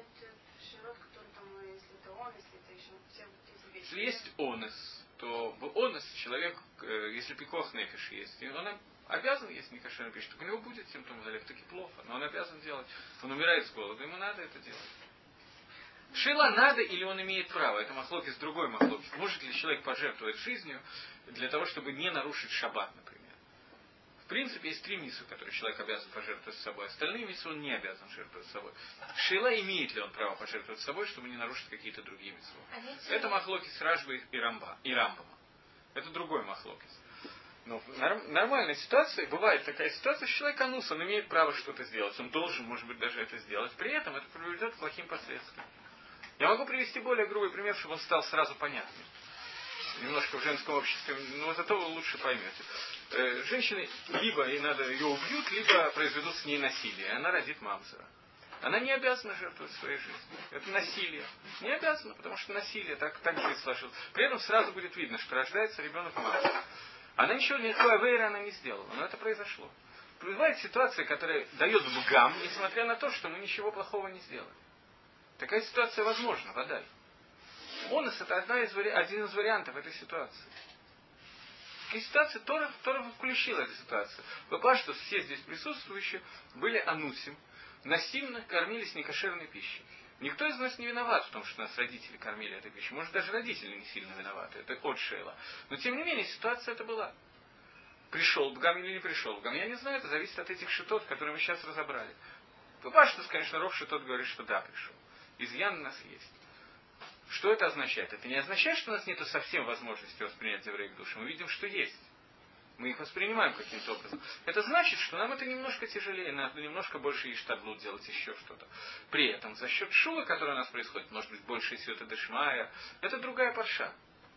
Speaker 1: Если есть онес, то в онес человек, если пикох нефиш есть, он обязан есть некошерную пищу, так у него будет симптом залег, таки плохо, но он обязан делать. Он умирает с голода, ему надо это делать. Шила надо или он имеет право? Это махлокис, другой махлокис. Может ли человек пожертвовать жизнью для того, чтобы не нарушить шаббат, например? В В принципе, есть три миссу, которые человек обязан пожертвовать собой. Остальные миссу он не обязан жертвовать собой. Шейла, имеет ли он право пожертвовать собой, чтобы не нарушить какие-то другие миссу. Это махлокис Ражбы и, Рамба, и Рамбама. Это другой махлокис. Но в нормальной ситуации бывает такая ситуация, что человек анус, он имеет право что-то сделать. Он должен, может быть, даже это сделать. При этом это приведет к плохим последствиям. Я могу привести более грубый пример, чтобы он стал сразу понятным. Немножко в женском обществе, но зато вы лучше поймете. Э, женщины либо ей надо ее убьют, либо произведут с ней насилие. Она родит мамзера. Она не обязана жертвовать своей жизнью. Это насилие. Не обязана, потому что насилие так, так жизнь сложилась. При этом сразу будет видно, что рождается ребенок мамзера. Она ничего, никакой авейры она не сделала, но это произошло. Бывает ситуация, которая дает бгам, несмотря на то, что мы ничего плохого не сделали. Такая ситуация возможна, вода. Онос это одна из, один из вариантов этой ситуации. И ситуация Тора, Тора включила эту ситуацию. Попало, что все здесь присутствующие были анусим, насильно кормились некошерной пищей. Никто из нас не виноват в том, что нас родители кормили этой пищей. Может, даже родители не сильно виноваты. Это от Шейла. Но, тем не менее, ситуация это была. Пришел Бгам или не пришел Бгам. Я не знаю, это зависит от этих шитот, которые мы сейчас разобрали. Папаштус, конечно, Ров Шитот говорит, что да, пришел. Изъян у нас есть. Что это означает? Это не означает, что у нас нет совсем возможности воспринять евреев души. Мы видим, что есть. Мы их воспринимаем каким-то образом. Это значит, что нам это немножко тяжелее, надо немножко больше иштадлут делать еще что-то. При этом за счет шува, который у нас происходит, может быть больше сюта дешмая, это другая парша.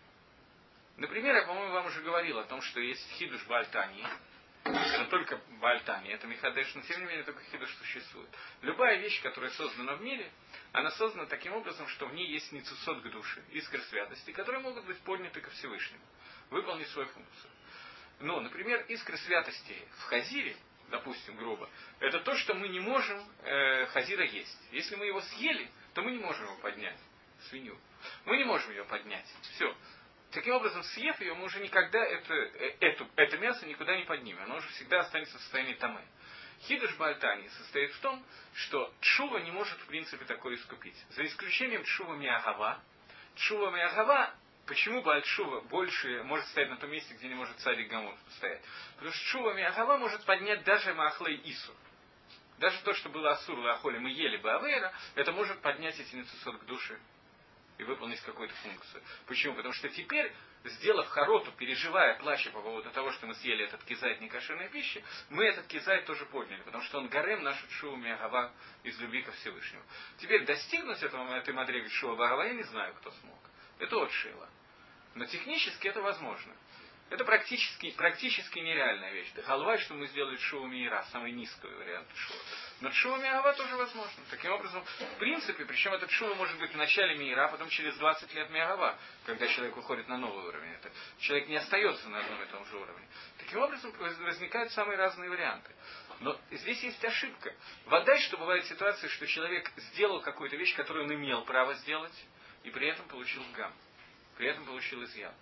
Speaker 1: Например, я, по-моему, вам уже говорил о том, что есть хидуш баальтани. Это только баальтани, это михадеш, но тем не менее только хидуш существует. Любая вещь, которая создана в мире, она создана таким образом, что в ней есть ницусот к душе, искры святости, которые могут быть подняты ко Всевышнему, выполнить свою функцию. Но, например, искры святости в хазире, допустим, грубо, это то, что мы не можем э, хазира есть. Если мы его съели, то мы не можем его поднять, свинью. Мы не можем ее поднять. Все. Таким образом, съев ее, мы уже никогда это, это, это мясо никуда не поднимем. Оно уже всегда останется в состоянии тамэ. Хидуш баальтани состоит в том, что тшува не может, в принципе, такое искупить. За исключением тшува миагава. Тшува миагава, почему баальтшува больше может стоять на том месте, где не может царик Гамор стоять? Потому что тшува миагава может поднять даже маахлей ису. Даже то, что было асур лахоли, мы ели бы авейра, это может поднять эти нецусот к душе и выполнить какую-то функцию. Почему? Потому что теперь, сделав хароту, переживая, плача по поводу того, что мы съели этот кизайт некошерной пищи, мы этот кизайт тоже подняли, потому что он гарем нашу тшуву миагава из любви ко Всевышнему. Теперь достигнуть этого, этой мадреги тшува багава, я не знаю, кто смог. Это от Шейла. Но технически это возможно. Это практически, практически нереальная вещь. Халвай, что мы сделали тшува миира, самый низкий вариант тшува. Но тшува миагава тоже возможно. Таким образом, в принципе, причем этот тшува может быть в начале миира, а потом через двадцать лет миагава, когда человек уходит на новый уровень. Это, человек не остается на одном и том же уровне. Таким образом, возникают самые разные варианты. Но здесь есть ошибка. Вода, что бывает ситуация, что человек сделал какую-то вещь, которую он имел право сделать, и при этом получил гам. При этом получил изъян.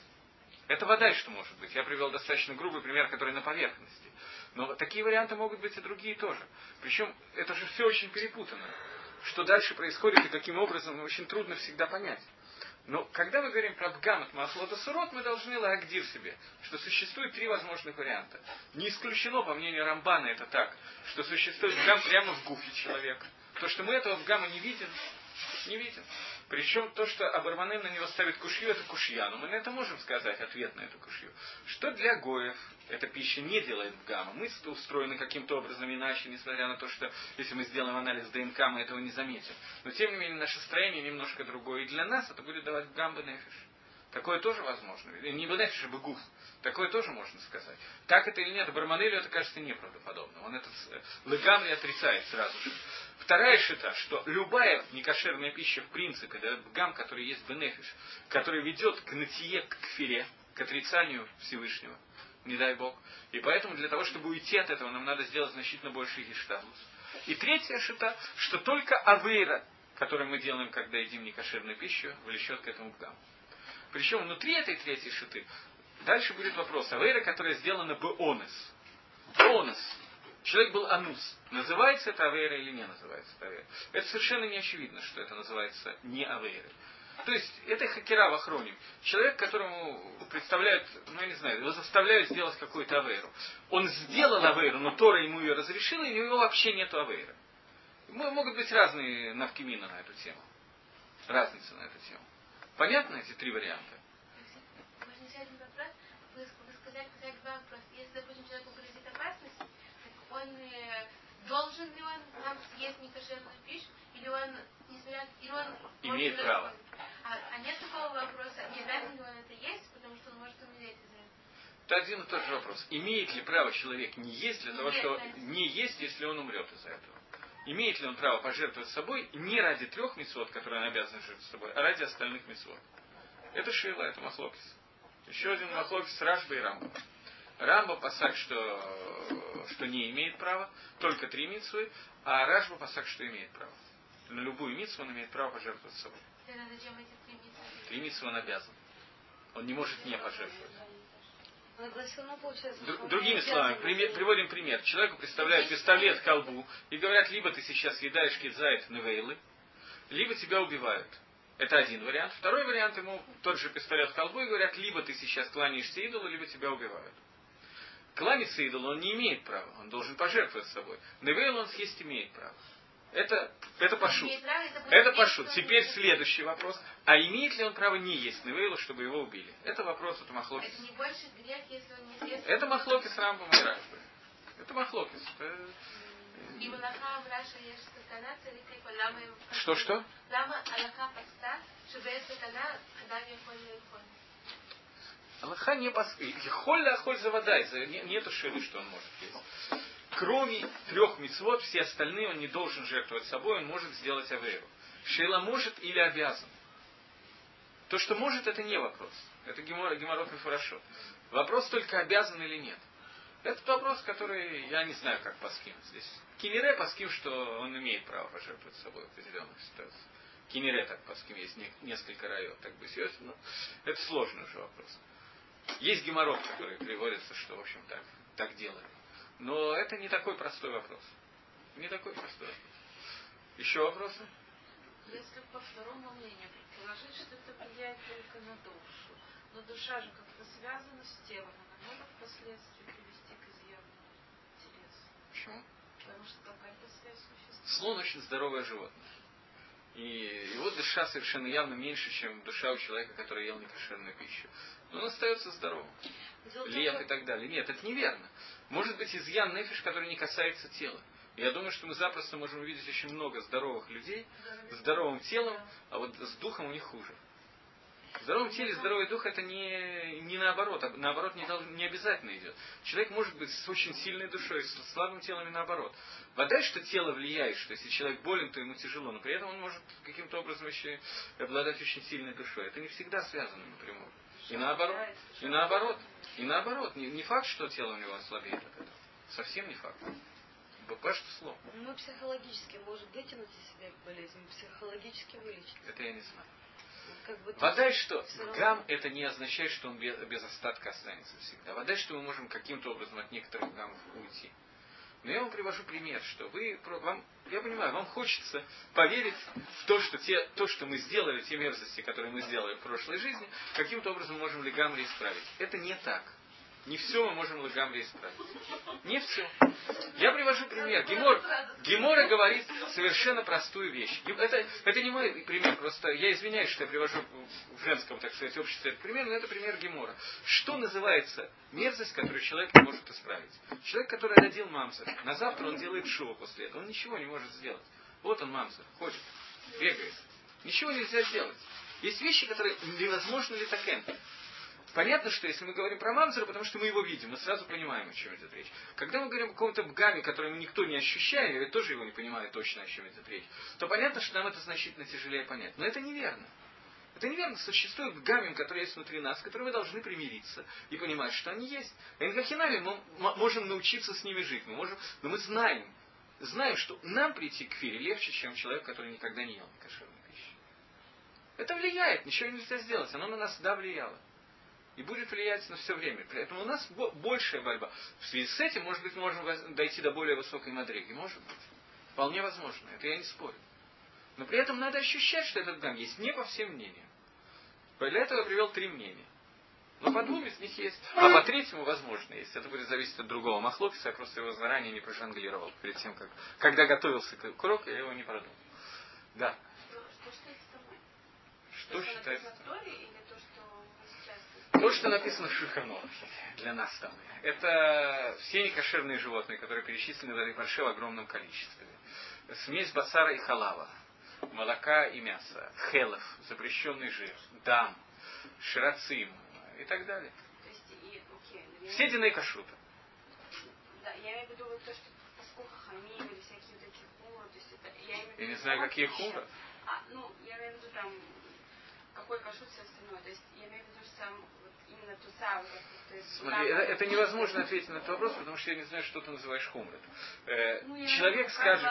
Speaker 1: Это вода, что может быть. Я привел достаточно грубый пример, который на поверхности. Но такие варианты могут быть и другие тоже. Причем это же все очень перепутано. Что дальше происходит и каким образом, очень трудно всегда понять. Но когда мы говорим про бгамат маахлота сурот, мы должны лагдир себе, что существует три возможных варианта. Не исключено, по мнению Рамбана, это так, что существует бгам прямо в гуфе человека. То, что мы этого бгама не видим, не видим. Причем то, что Абарманен на него ставит кушью, это кушья. Но мы на это можем сказать ответ на эту кушью. Что для гоев эта пища не делает бгама. Мы устроены каким-то образом иначе, несмотря на то, что если мы сделаем анализ ДНК, мы этого не заметим. Но тем не менее наше строение немножко другое. И для нас это будет давать бгам бенефиш. Такое тоже возможно. Не бенефиш, а бегуф. Такое тоже можно сказать. Так это или нет, Барманелю это кажется неправдоподобным. Он этот лыгамли отрицает сразу же. Вторая шита, что любая некошерная пища в принципе, да, бгам, который есть бенефиш, который ведет к натие, к кфире, к отрицанию Всевышнего, не дай Бог. И поэтому для того, чтобы уйти от этого, нам надо сделать значительно больше гештаблус. И третья шита, что только авейра, которую мы делаем, когда едим некошерную пищу, влечет к этому бгаму. Причем внутри этой третьей шиты дальше будет вопрос. Авейра, которая сделана бы онес. Онес. Человек был анус. Называется это авейра или не называется это авейра? Это совершенно не очевидно, что это называется не авейрой. То есть, это хакера в охроне. Человек, которому представляют, ну я не знаю, его заставляют сделать какую-то авейру. Он сделал авейру, но Тора ему ее разрешила, и у него вообще нет авейры. Могут быть разные навкимины на эту тему. Разница на эту тему. Понятно эти три варианта?
Speaker 4: Можно еще один вопрос? Вы, вы сказали, сказали два вопроса. Если, допустим, человеку грозит опасность, так он э, должен ли он нам съесть некошерную пищу, или он, несмотря, или он
Speaker 1: имеет
Speaker 4: может,
Speaker 1: право.
Speaker 4: А, а нет такого вопроса, не обязан ли он это есть, потому что он может умереть из-за этого?
Speaker 1: Это один и тот же вопрос. Имеет ли право человек не есть для
Speaker 4: не
Speaker 1: того,
Speaker 4: есть,
Speaker 1: что
Speaker 4: да.
Speaker 1: не есть, если он умрет из-за этого? Имеет ли он право пожертвовать собой не ради трех мицвот, которые он обязан жертвовать собой, а ради остальных мицвот? Это Шейла, это Махлокис. Еще один Махлокис Рашба и Рамба. Рамба пасак, что, что не имеет права, только три мицвы, а Рашба пасак, что имеет право. На любую мицву он имеет право пожертвовать собой.
Speaker 4: Тогда зачем эти три митцвы?
Speaker 1: Три мицвы он обязан. Он не может не пожертвовать. Дру, другими словами, пример, приводим пример. Человеку представляют пистолет к колбу и говорят, либо ты сейчас съедаешь кидзайт невейлы, либо тебя убивают. Это один вариант. Второй вариант, ему тот же пистолет к колбу и говорят, либо ты сейчас кланяешься идолу, либо тебя убивают. Кланяться идолу он не имеет права, он должен пожертвовать собой. Невейлу он съесть имеет право. Это, это пашут. Это пашут. Теперь следующий вопрос. А имеет ли он право не есть невейлу, чтобы его убили? Это вопрос, это махлокис.
Speaker 4: Это не больше грех, если он не съест.
Speaker 1: Это махлокис Рамбам и Рашбы. Это махлокис. Это...
Speaker 4: И Малаха в Раша есть сатана, царикой лама.
Speaker 1: Что-что?
Speaker 4: Лама Аллаха поста, чтобы сатана, когда я холю
Speaker 1: Аллаха не пос... Холь да холь заводай. Нету шели, что он может есть. Кроме трех мицвот, все остальные он не должен жертвовать собой, он может сделать авейру. Шейла может или обязан. То, что может, это не вопрос. Это геморрот мифарашот. Вопрос только, обязан или нет. Это вопрос, который я не знаю, как паским здесь. Кинере паским, что он имеет право пожертвовать собой в определенных ситуациях. Кинере так паским, есть несколько районов, так бы серьезно, но это сложный уже вопрос. Есть геморрот, который приводится, что, в общем, так, так делали. Но это не такой простой вопрос. Не такой простой вопрос. Еще вопросы?
Speaker 3: Если по второму мнению предположить, что это влияет только на душу, но душа же как-то связана с телом, она может впоследствии привести к изъявлению телеса.
Speaker 1: Почему?
Speaker 3: Потому что какая-то связь существует.
Speaker 1: Слон очень здоровое животное. И его душа совершенно явно меньше, чем душа у человека, который ел некошерную пищу. Но он остается здоровым. Лев и так далее. Нет, это неверно. Может быть изъян нефиш, который не касается тела. Я думаю, что мы запросто можем увидеть очень много здоровых людей с здоровым телом, а вот с духом у них хуже. В здоровом теле здоровый дух это не, не наоборот, а наоборот не, дол- не обязательно идет. Человек может быть с очень сильной душой, с слабым телом и наоборот. Вода, что тело влияет, что если человек болен, то ему тяжело, но при этом он может каким-то образом еще обладать очень сильной душой. Это не всегда связано напрямую. И наоборот, и наоборот, и наоборот, не, не факт, что тело у него ослабеет от этого. Совсем не факт. Б что слово.
Speaker 5: Мы психологически можем вытянуть из себя болезнь, психологически вылечить.
Speaker 1: Это я не знаю.
Speaker 5: Как бы
Speaker 1: Вода, что гам, это не означает, что он без, без остатка останется всегда. Вода, что мы можем каким-то образом от некоторых гаммов уйти. Но я вам привожу пример, что вы, вам, я понимаю, вам хочется поверить в то, что те, то, что мы сделали, те мерзости, которые мы сделали в прошлой жизни, каким-то образом можем легамри исправить. Это не так. Не все мы можем легамри исправить. Не все. Я привожу пример. Гемор, Гемора говорит совершенно простую вещь. Это, это не мой пример, просто я извиняюсь, что я привожу в женском, так сказать, обществе этот пример, но это пример Гемора. Что называется мерзость, которую человек не может исправить? Человек, который родил мамзер, на завтра он делает шоу после этого, он ничего не может сделать. Вот он мамзер, ходит, бегает. Ничего нельзя сделать. Есть вещи, которые невозможно литакен. Понятно, что если мы говорим про мамзера, потому что мы его видим, мы сразу понимаем, о чем идет речь. Когда мы говорим о каком-то бгаме, который никто не ощущает, или тоже его не понимает точно, о чем идет речь, то понятно, что нам это значительно тяжелее понять. Но это неверно. Это неверно. Существуют бгамим, которые есть внутри нас, с которыми мы должны примириться и понимать, что они есть. Энкахинами мы можем научиться с ними жить. Мы можем, но мы знаем, знаем, что нам прийти к фире легче, чем человек, который никогда не ел кошерной пищи. Это влияет, ничего нельзя сделать. Оно на нас всегда влияло. И будет влиять на все время. Поэтому у нас большая борьба. В связи с этим, может быть, мы можем дойти до более высокой мадриги. Может быть. Вполне возможно. Это я не спорю. Но при этом надо ощущать, что этот гам есть не по всем мнениям. Для этого я привел три мнения. Но по двум из них есть. А по третьему, возможно, есть. Это будет зависеть от другого махлокиса. Я просто его заранее не прожонглировал. Перед тем, как... Когда готовился к уроку, я его не продумал. Да. Что считается? То, что написано в Шульхан Арухе для нас там. Это все некошерные животные, которые перечислены в этой парше в огромном количестве. Смесь басара и халава. Молока и мяса. Хелев, запрещенный жир. Дам. Ширацим. И так далее.
Speaker 4: То есть, и, окей,
Speaker 1: все диней кашрута.
Speaker 4: Да, я имею в виду вот то, что поскольку хамим или всякие вот эти хумры, то есть это, я имею в виду...
Speaker 1: Я не знаю, какие хумры.
Speaker 4: А, ну, я имею в виду там, какой кашрут, все остальное. То есть, я имею в виду, что сам, вот именно ту самую, то есть...
Speaker 1: Смотри, это, это невозможно ответить на этот вопрос, потому что я не знаю, что ты называешь хумрой. Э,
Speaker 4: ну,
Speaker 1: человек скажет...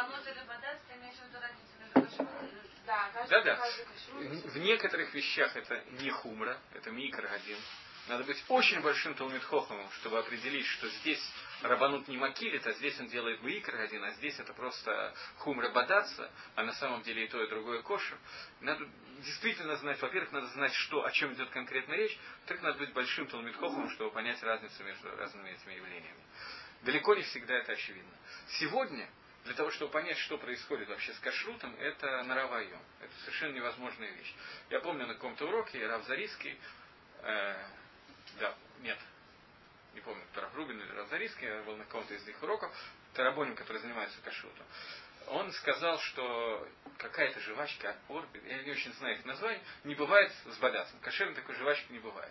Speaker 4: Да,
Speaker 1: да, да. В некоторых вещах это не хумра, это микро один. Надо быть очень большим талмид хохомом, чтобы определить, что здесь рабанут не макилит, а здесь он делает микро один, а здесь это просто хумра бадаться, а на самом деле и то, и другое кошер. Надо действительно знать, во-первых, надо знать, что, о чем идет конкретно речь, во-вторых, надо быть большим талмид хохомом, чтобы понять разницу между разными этими явлениями. Далеко не всегда это очевидно. Сегодня для того, чтобы понять, что происходит вообще с кашрутом, это наравайом. Это совершенно невозможная вещь. Я помню на каком-то уроке Рав Зарийский, э, да, нет, не помню, кто Рав Рубин или Рав Зарийский, я был на каком-то из их уроков, тарабоним, который занимается кашрутом. Он сказал, что какая-то жвачка, орбит, я не очень знаю их название, не бывает с бадасом. Кошерной такой жвачки не бывает.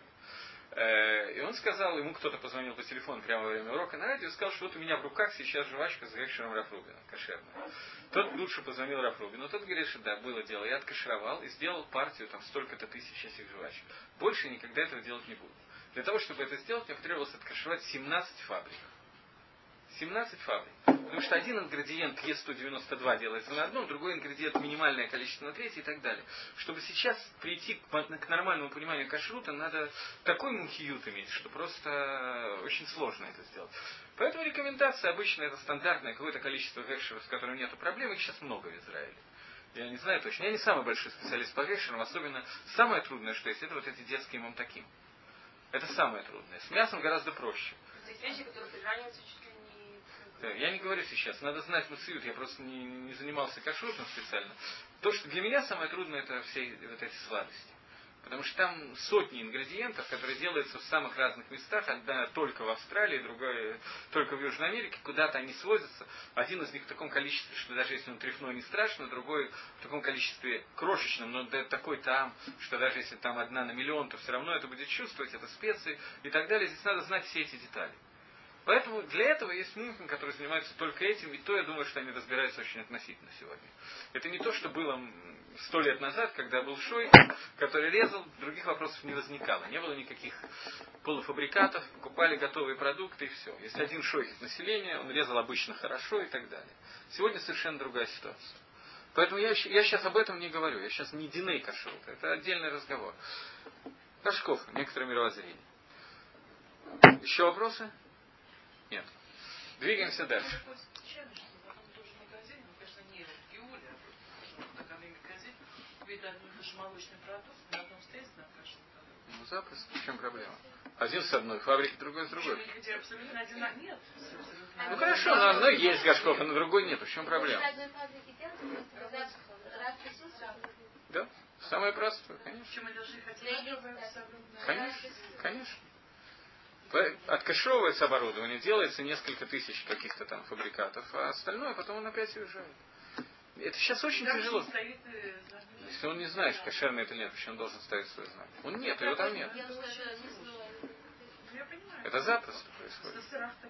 Speaker 1: И он сказал, ему кто-то позвонил по телефону прямо во время урока на радио и сказал, что вот у меня в руках сейчас жвачка с гекшером Рав Рубина, кошерная. Тот лучше позвонил Рав Рубину, тот говорит, что да, было дело, я откашировал и сделал партию там столько-то тысяч этих жвачек. Больше никогда этого делать не буду. Для того, чтобы это сделать, мне потребовалось откашировать семнадцать фабрик. семнадцать фабрик. Потому что один ингредиент Е сто девяносто два делается на одном, другой ингредиент минимальное количество на третий и так далее. Чтобы сейчас прийти к нормальному пониманию кашрута, надо такой мухиют иметь, что просто очень сложно это сделать. Поэтому рекомендация обычно это стандартное какое-то количество гекшеров, с которым нет проблем, их сейчас много в Израиле. Я не знаю точно. Я не самый большой специалист по гекшерам, особенно самое трудное, что есть, это вот эти детские мамтаким. Это самое трудное. С мясом гораздо проще.
Speaker 4: То есть вещи, которые прижаниваются чуть ли не...
Speaker 1: Да, я не говорю сейчас, надо знать муциют, я просто не, не занимался кашрутом специально. То, что для меня самое трудное, это все вот эти сладости. Потому что там сотни ингредиентов, которые делаются в самых разных местах. Одна только в Австралии, другая только в Южной Америке. Куда-то они сводятся. Один из них в таком количестве, что даже если он трефной, не страшно. Другой в таком количестве крошечном, но такой там, что даже если там одна на миллион, то все равно это будет чувствовать, это специи и так далее. Здесь надо знать все эти детали. Поэтому для этого есть мумхин, который занимается только этим, и то я думаю, что они разбираются очень относительно сегодня. Это не то, что было сто лет назад, когда был шой, который резал, других вопросов не возникало. Не было никаких полуфабрикатов, покупали готовые продукты и все. Если один шойхет населения, он резал обычно хорошо и так далее. Сегодня совершенно другая ситуация. Поэтому я, я сейчас об этом не говорю. Я сейчас не диней кашрут. Это отдельный разговор. Кашков, некоторое мировоззрение. Еще вопросы? Нет. Двигаемся дальше. Ну, запросто. В чем проблема? Один с одной фабрики, другой с другой. Ну хорошо, на одной есть горшков, а на другой нет. В чем проблема? Да, самое простое, конечно. Конечно, конечно. Откашевывается оборудование, делается несколько тысяч каких-то там фабрикатов, а остальное потом он опять уезжает. Это сейчас очень тяжело. Если он не знает, кошерный это или нет, почему он должен ставить свой знак? Он нет, его там нет. Это запросто происходит.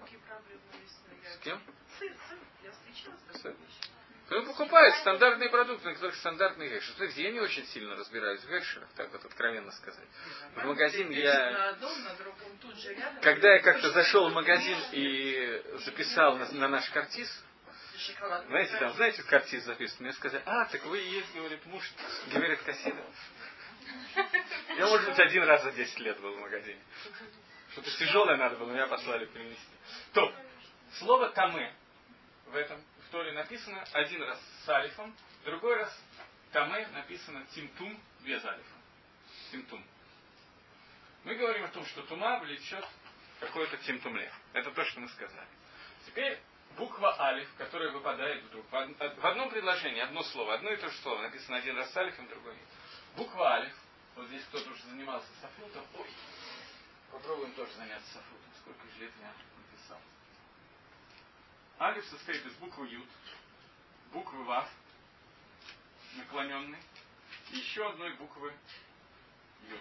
Speaker 1: С кем? Сыр. Он покупает стандартные продукты, на которых стандартные гекшеры. Смотрите, я не очень сильно разбираюсь в гекшерах, так вот откровенно сказать. В магазин я... Когда я как-то зашел в магазин и записал на, на наш картиз, знаете, там, знаете, картиз записан, мне сказали, а, так вы и есть, говорит, муж Геверет Кассида. Я, может быть, один раз за десять лет был в магазине. Что-то тяжелое надо было, меня послали принести. То, слово «тамэ» в этом в Торе написано один раз с алифом, другой раз «тамэ» написано «тимтум» без алифа. Тимтум. Мы говорим о том, что тума влечет какой-то тимтумле. Это то, что мы сказали. Теперь буква алиф, которая выпадает вдруг. В одном предложении, одно слово, одно и то же слово. Написано один раз с алифом, другой нет. Буква алиф. Вот здесь кто-то уже занимался софрутом. Ой, попробуем тоже заняться софрутом. Сколько же лет я написал. Алиф состоит из буквы ют, буквы вав, наклоненной, и еще одной буквы ют.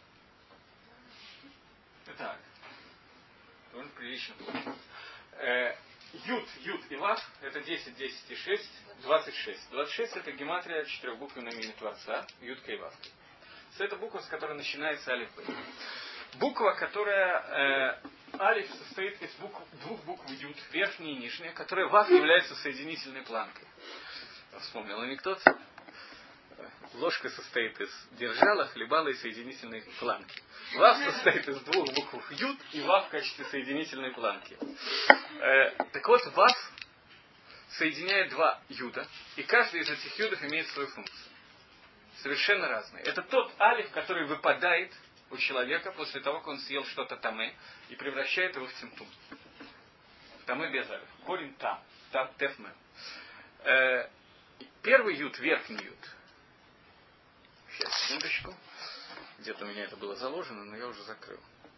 Speaker 1: Итак, довольно прилично. Э, ют, ют и вав это десять, десять и шесть, двадцать шесть. двадцать шесть это гематрия четырехбуквенного имени Творца, ютка и вавка. Это буква, с которой начинается алиф бей. Буква, которая э, алиф состоит из букв, двух букв ют, верхняя и нижняя, которая вав является соединительной планкой. Вспомнил анекдот. Ложка состоит из держала, хлебала и соединительной планки. Вав состоит из двух букв ют и вав в качестве соединительной планки. Э, так вот, вав соединяет два юда, и каждый из этих юдов имеет свою функцию. Совершенно разные. Это тот алиф, который выпадает у человека после того, как он съел что-то тамэ и превращает его в тимтум. Тамэ без алиф. Корень там. Там тефмэ. Э, первый ют, верхний ют. Сейчас, секундочку. Где-то у меня это было заложено, но я уже закрыл.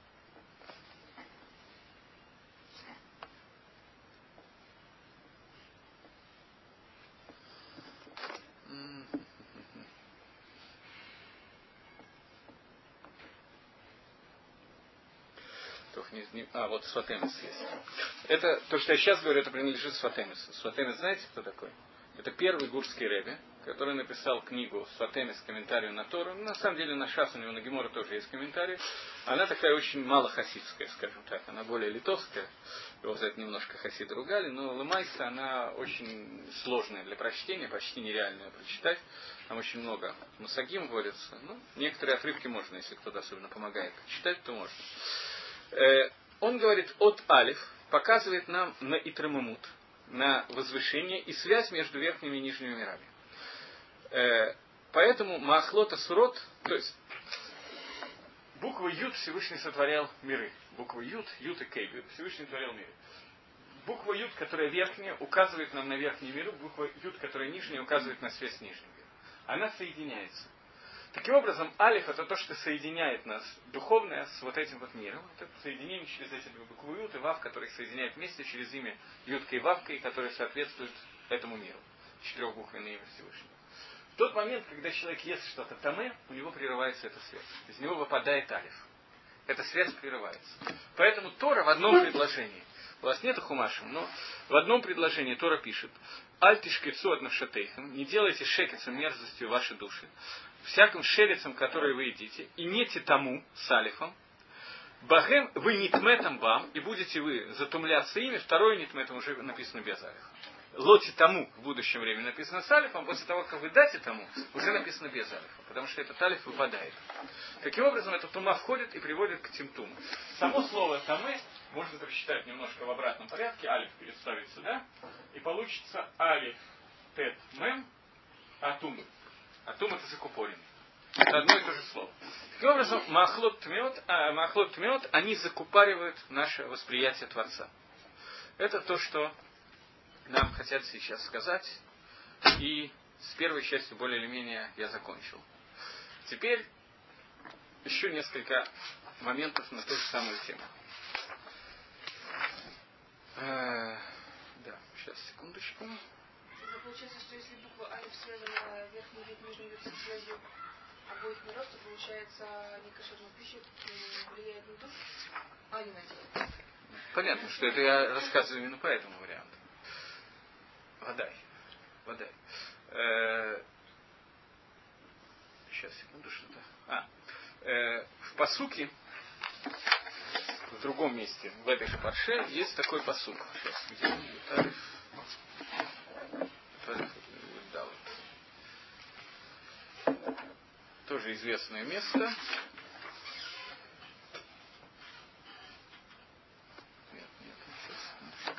Speaker 1: А, вот Сватемис есть. Это, то, что я сейчас говорю, это принадлежит Сватемису. Сватемис, знаете, кто такой? Это первый гурский ребе, который написал книгу Сватемис, комментарию на Тору. На самом деле на Шас у него на Гемора тоже есть комментарий. Она такая очень мало хасидская, скажем так. Она более литовская. Его за это немножко хасиды ругали. Но Лемайса, она очень сложная для прочтения, почти нереальная прочитать. Там очень много мусагим вводится. Ну, некоторые отрывки можно, если кто-то особенно помогает читать, то можно. Он говорит от алиф, показывает нам на итрамамут, на возвышение и связь между верхними и нижними мирами. Поэтому маахлота сурот, то есть буква ют Всевышний сотворял миры. Буква ют, ют и кей, Всевышний сотворял миры. Буква ют, которая верхняя, указывает нам на верхние миры, буква ют, которая нижняя, указывает на связь с нижним миром. Она соединяется. Таким образом, алиф это то, что соединяет нас духовное с вот этим вот миром. Это соединение через эти две буквы ют и вав, которые соединяют вместе через имя юткой и вавкой, которые соответствуют этому миру. Четырехбуквенное имя Всевышнего. В тот момент, когда человек ест что-то тамэ, у него прерывается эта связь. Из него выпадает алиф. Эта связь прерывается. Поэтому Тора в одном предложении, у вас нет хумашем, но в одном предложении Тора пишет: «Аль тишкецу ад навшатейхем», не делайте шекецем мерзостью ваши души, всяким шерецем, который вы едите, и нете тому с алифом, бахем вы нитметом вам, и будете вы затумляться ими, второе нитметом уже написано без алифа. Лоти тому в будущем времени написано с алифом, после того, как вы дате тому, уже написано без алифа, потому что этот алиф выпадает. Таким образом, эта тума входит и приводит к тимтуму. Само слово тамэ можно прочитать немножко в обратном порядке, алиф переставить сюда, и получится алиф тет мем атум. Атум это закупоренный. Это одно и то же слово. Таким образом, махлот тмеот, а, махлот тмеот, они закупоривают наше восприятие Творца. Это то, что нам хотят сейчас сказать. И с первой частью более или менее я закончил. Теперь еще несколько моментов на ту же самую тему. Э, да, сейчас, секундочку.
Speaker 5: Получается, что если буква алиф связана верхний вид, нижний вид со связью обоих миров, то получается некошерная пища влияет на душу, а не на тело.
Speaker 1: Понятно, что это я рассказываю именно по этому варианту. Водай. Водай. Э, сейчас, секунду, что-то. А. Э, в пасуке, в другом месте, в этой же парше, есть такой пасук. Сейчас, где он? Тоже известное место. Нет, нет, сейчас.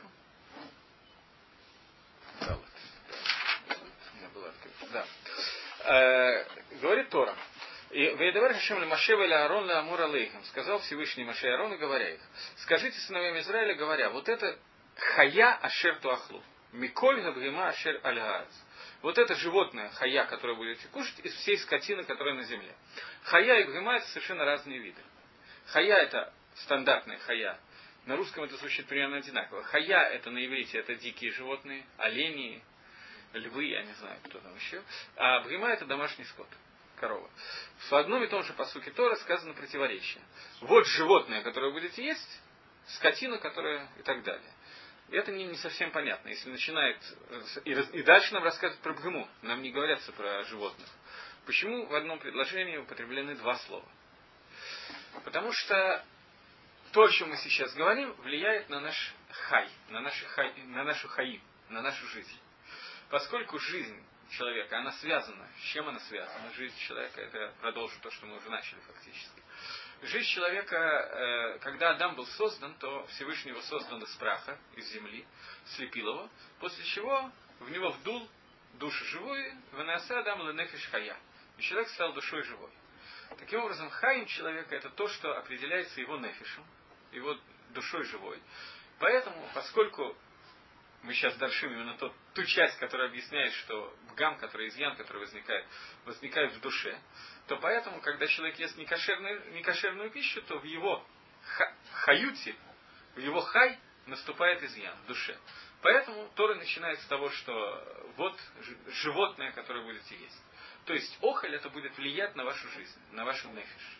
Speaker 1: Да, вот. У меня было открыто. Да. Э, говорит Тора. И Вайдавар Хашем ле Маше ве ле Аарон ле Амур алейхим. Сказал Всевышний Маше и Аарону, говоря их. Скажите сыновьям Израиля, говоря, вот это хая ашер туахлу. Миколь габгима ашер аль-гаац. Вот это животное, хая, которое будете кушать, из всей скотины, которая на земле. Хая и бгима — это совершенно разные виды. Хая — это стандартная хая. На русском это звучит примерно одинаково. Хая — это на иврите, это дикие животные, олени, львы, я не знаю, кто там еще. А бгима — это домашний скот, корова. В одном и том же пасуке Тора сказано противоречие. Вот животное, которое вы будете есть, скотина, которая и так далее. И это не, не совсем понятно. Если начинает... И, и дальше нам рассказывают про бгиму. Нам не говорятся про животных. Почему в одном предложении употреблены два слова? Потому что то, о чем мы сейчас говорим, влияет на наш хай, на, наши хай, на нашу хаи, на нашу жизнь. Поскольку жизнь человека, она связана. С чем она связана? Жизнь человека, это продолжу то, что мы уже начали фактически. Жизнь человека, когда Адам был создан, то Всевышний его создал из праха, из земли, слепил его, после чего в него вдул душу живую, вынася Адам ленефиш хая. И человек стал душой живой. Таким образом, хаим человека — это то, что определяется его нефишем, его душой живой. Поэтому, поскольку мы сейчас дальшим именно тот, ту часть, которая объясняет, что бгам, который изъян, который возникает, возникает в душе, то поэтому, когда человек ест некошерную, некошерную пищу, то в его ха, хаюте, в его хай наступает изъян в душе. Поэтому Тора начинает с того, что вот животное, которое будете есть. То есть охоль это будет влиять на вашу жизнь, на вашу нефиш.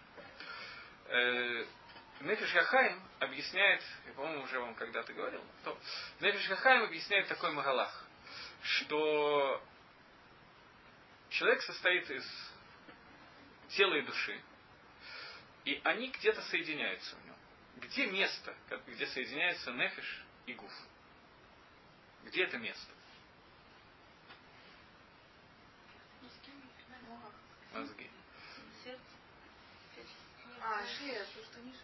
Speaker 1: Э, Нефиш Хахаим объясняет, я, по-моему, уже вам когда-то говорил, то Нефиш Хахаим объясняет такой магалах, что человек состоит из тела и души, и они где-то соединяются в нем. Где место, где соединяются нефиш и гуф? Где это место? Мозги.
Speaker 5: А, шея, просто ниже.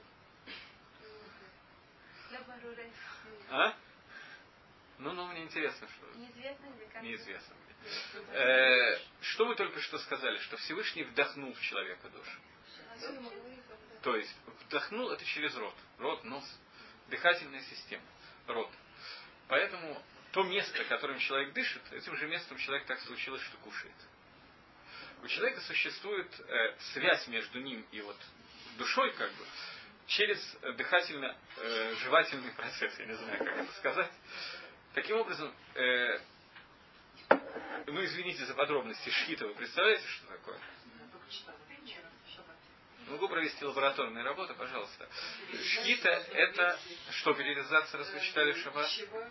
Speaker 1: А? Ну, ну, мне интересно, что...
Speaker 4: Неизвестно где, как
Speaker 1: Неизвестно где. Э, что вы только что сказали? Что Всевышний вдохнул в человека душу. То есть, вдохнул это через рот. Рот, нос. Дыхательная система. Рот. Поэтому то место, которым человек дышит, этим же местом человек так случилось, что кушает. У человека существует э, связь между ним и вот душой, как бы, через дыхательно-жевательный процесс. Я не знаю, как это сказать. Таким образом, э, ну, извините за подробности, шхита, вы представляете, что такое? Могу провести лабораторные работы, пожалуйста. Шхита — это что, перерезаться, раз вы читали в шаббат?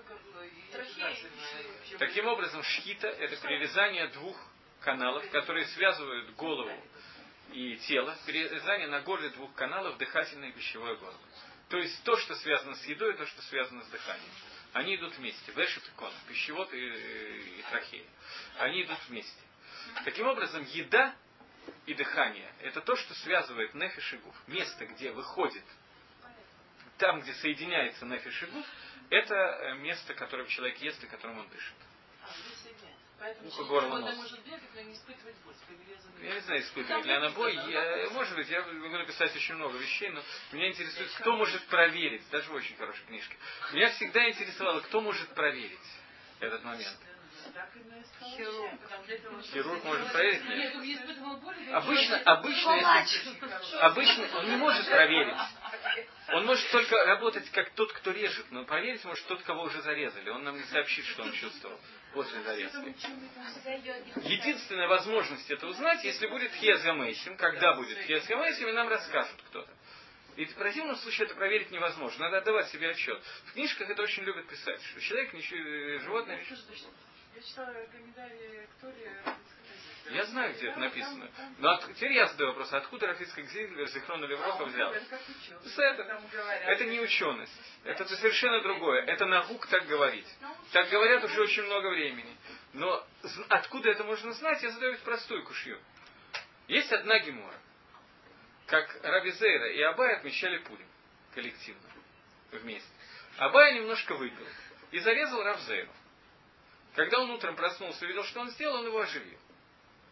Speaker 1: Таким образом, шхита — это перерезание двух каналов, которые связывают голову и тело, перерезание на горле двух каналов, дыхательное и пищевое горло. То есть то, что связано с едой, и то, что связано с дыханием. Они идут вместе. Вешет и кон, пищевод и, и трахея. Они идут вместе. Таким образом, еда и дыхание — это то, что связывает нефиш и гуф. Место, где выходит, там, где соединяется нефиш и гуф, это место, которое человек ест и которым он дышит. Ухо, горло, нос.
Speaker 6: Может бегать, но не испытывать боль.
Speaker 1: Я не знаю, испытывает ли она боль. Я, может быть, я могу написать очень много вещей, но меня интересует, кто может проверить, даже в очень хорошей книжке. Меня всегда интересовало, кто может проверить этот момент.
Speaker 6: Хирург.
Speaker 1: Хирург может проверить? Нет.
Speaker 6: Нет, он не испытывал боли.
Speaker 1: Обычно, обычно, если, обычно он не может проверить. Он может только работать как тот, кто режет, но проверить может тот, кого уже зарезали. Он нам не сообщит, что он чувствовал после зарезки. Единственная возможность это узнать, если будет Хезгамейсим, когда будет Хезгамейсим, и нам расскажут кто-то. И в противном случае это проверить невозможно. Надо отдавать себе отчет. В книжках это очень любят писать, что человек, ничего, животное...
Speaker 6: Я читала комментарии к Торе.
Speaker 1: Я знаю, где это написано. Но от, теперь я задаю вопрос, откуда Рафицкак Зиглер, Зихрон Левроха взял? Это, это не ученость. Это совершенно другое. Это наук так говорить. Так говорят уже очень много времени. Но откуда это можно знать, я задаю простую кушью. Есть одна гемора. Как Раби Зейра и Абай отмечали Пурим. Коллективно. Вместе. Абай немножко выпил. И зарезал Рав Зейру. Когда он утром проснулся и увидел, что он сделал, он его оживил.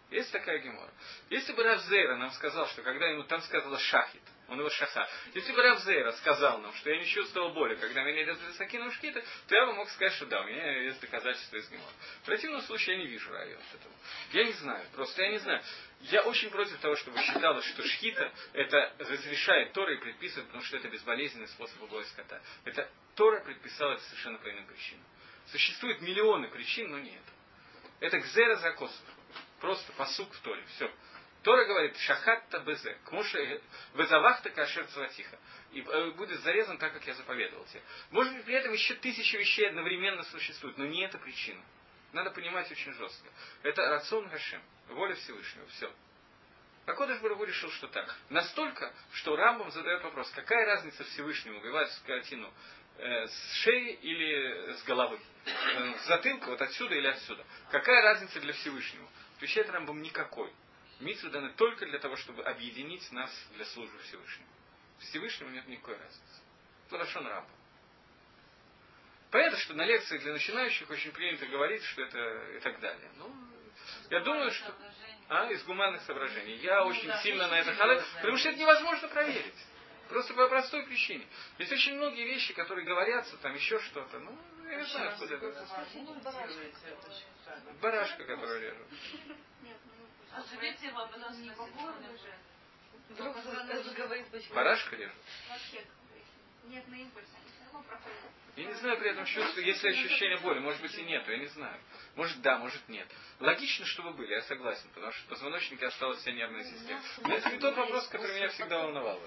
Speaker 1: Есть такая гемора. Если бы Рав Зейра нам сказал, что когда ему там сказала шахит, он его шаха. Если бы Рав Зейра сказал нам, что я не чувствовал боли, когда меня резали сакином шкита, то я бы мог сказать, что да, у меня есть доказательства из гемора. В противном случае я не вижу района этого. Я не знаю, просто я не знаю. Я очень против того, чтобы считалось, что шхита это разрешает Тора и предписывает, потому что это безболезненный способ убоя скота. Это Тора предписала это совершенно по иным причинам. Существует миллионы причин, но не это. Это гзера закосов. Просто посук в Торе. Все. Тора говорит, шахатта безе, кмуша везавахта кашер цватиха. И будет зарезан так, как я заповедовал тебе. Может быть, при этом еще тысячи вещей одновременно существуют, но не это причина. Надо понимать очень жестко. Это рацион Гашем, воля Всевышнего. Все. А Кодеш Барух Ху решил, что так. Настолько, что Рамбам задает вопрос, какая разница Всевышнему убивать скотину э, с шеи или с головы? Э, с затылка, вот отсюда или отсюда. Какая разница для Всевышнего? Отвечает Рамбам, никакой. Мицвы даны только для того, чтобы объединить нас для службы Всевышнему. Всевышнему нет никакой разницы. Лашон Рамбам. Понятно, что на лекциях для начинающих очень принято говорить, что это и так далее. Ну, я думаю, что... А, из гуманных соображений. Я ну, очень да, сильно на это халат, потому что это невозможно проверить. Просто по простой причине. Есть очень многие вещи, которые говорятся, там еще что-то. Ну, я не знаю, откуда это. Барашка, которую режут.
Speaker 3: А живете вы об этом не
Speaker 1: Барашка режут?
Speaker 2: Нет, на импульс они все равно проходят.
Speaker 1: Я не знаю при этом чувствую, если ощущение боли, может быть и нету, я не знаю. Может да, может нет. Логично, чтобы были, я согласен, потому что в позвоночнике осталась вся нервная система. Но это не тот вопрос, который меня всегда волновал.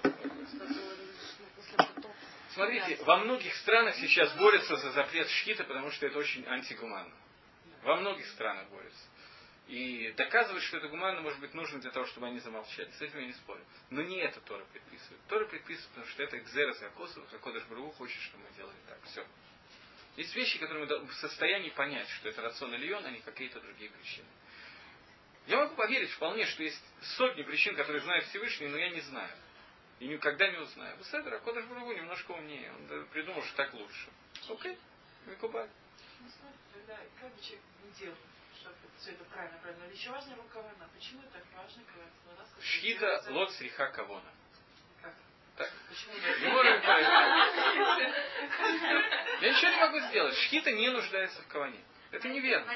Speaker 1: Смотрите, во многих странах сейчас борются за запрет шхита, потому что это очень антигуманно. Во многих странах борются. И доказывать, что это гуманно, может быть, нужно для того, чтобы они замолчали. С этим я не спорю. Но не это Тора предписывает. Тора предписывает, потому что это экзера закосов, а Кодеш Барух Ху хочет, чтобы мы делали так. Все. Есть вещи, которые мы в состоянии понять, что это рацион Ильон, а не какие-то другие причины. Я могу поверить вполне, что есть сотни причин, которые знает Всевышний, но я не знаю. И никогда не узнаю. Беседер, а Кодеш Барух Ху немножко умнее. Он придумал, что так лучше. Окей, Викубаль.
Speaker 6: Как бы человек не делал, чтобы все это правильно, правильно. Но еще важнее его кавана. Почему это так важно кавана?
Speaker 1: Шхита лот сриха кавона.
Speaker 6: Как?
Speaker 1: Так.
Speaker 6: Почему?
Speaker 1: Я ничего не могу сделать. Шхита не нуждается в каване. Это неверно.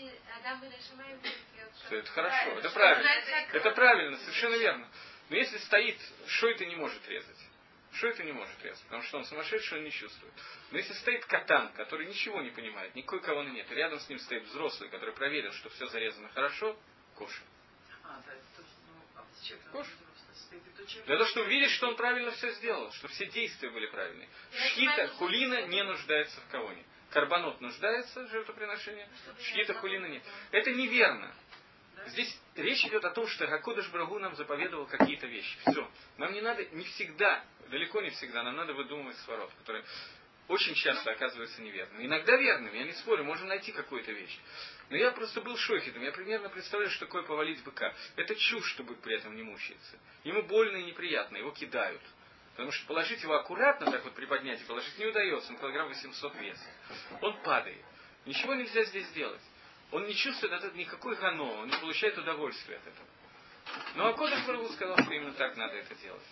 Speaker 1: Все, это хорошо, это правильно. Это правильно, совершенно верно. Но если стоит, шойта не может резать. Шойта не может резать, потому что он сумасшедший, он не чувствует. Но если стоит катан, который ничего не понимает, никакой каваны нет, и рядом с ним стоит взрослый, который проверил, что все зарезано хорошо, кошер.
Speaker 6: А, да, это ну, а человек,
Speaker 1: кошер.
Speaker 6: Стоит, это человек,
Speaker 1: для того, чтобы видеть, что он правильно все сделал, что все действия были правильные. Шхита, хулина не нуждается в кавоне. Карбонот нуждается в жертвоприношении, шхита, хулина нет. Это неверно. Здесь речь идет о том, что Кодеш Барух Ху нам заповедовал какие-то вещи. Все. Нам не надо, не всегда, далеко не всегда, нам надо выдумывать сворот, которые очень часто оказываются неверными. Иногда верными, я не спорю, можно найти какую-то вещь. Но я просто был шохитом, я примерно представляю, что такое повалить быка. Это чушь, что бык при этом не мучается. Ему больно и неприятно, его кидают. Потому что положить его аккуратно, так вот приподнять и положить не удается, он килограмм восемьсот весит. Он падает. Ничего нельзя здесь сделать. Он не чувствует от этого никакой гано, он не получает удовольствия от этого. Ну а Кодеш Барух Ху сказал, что именно так надо это делать.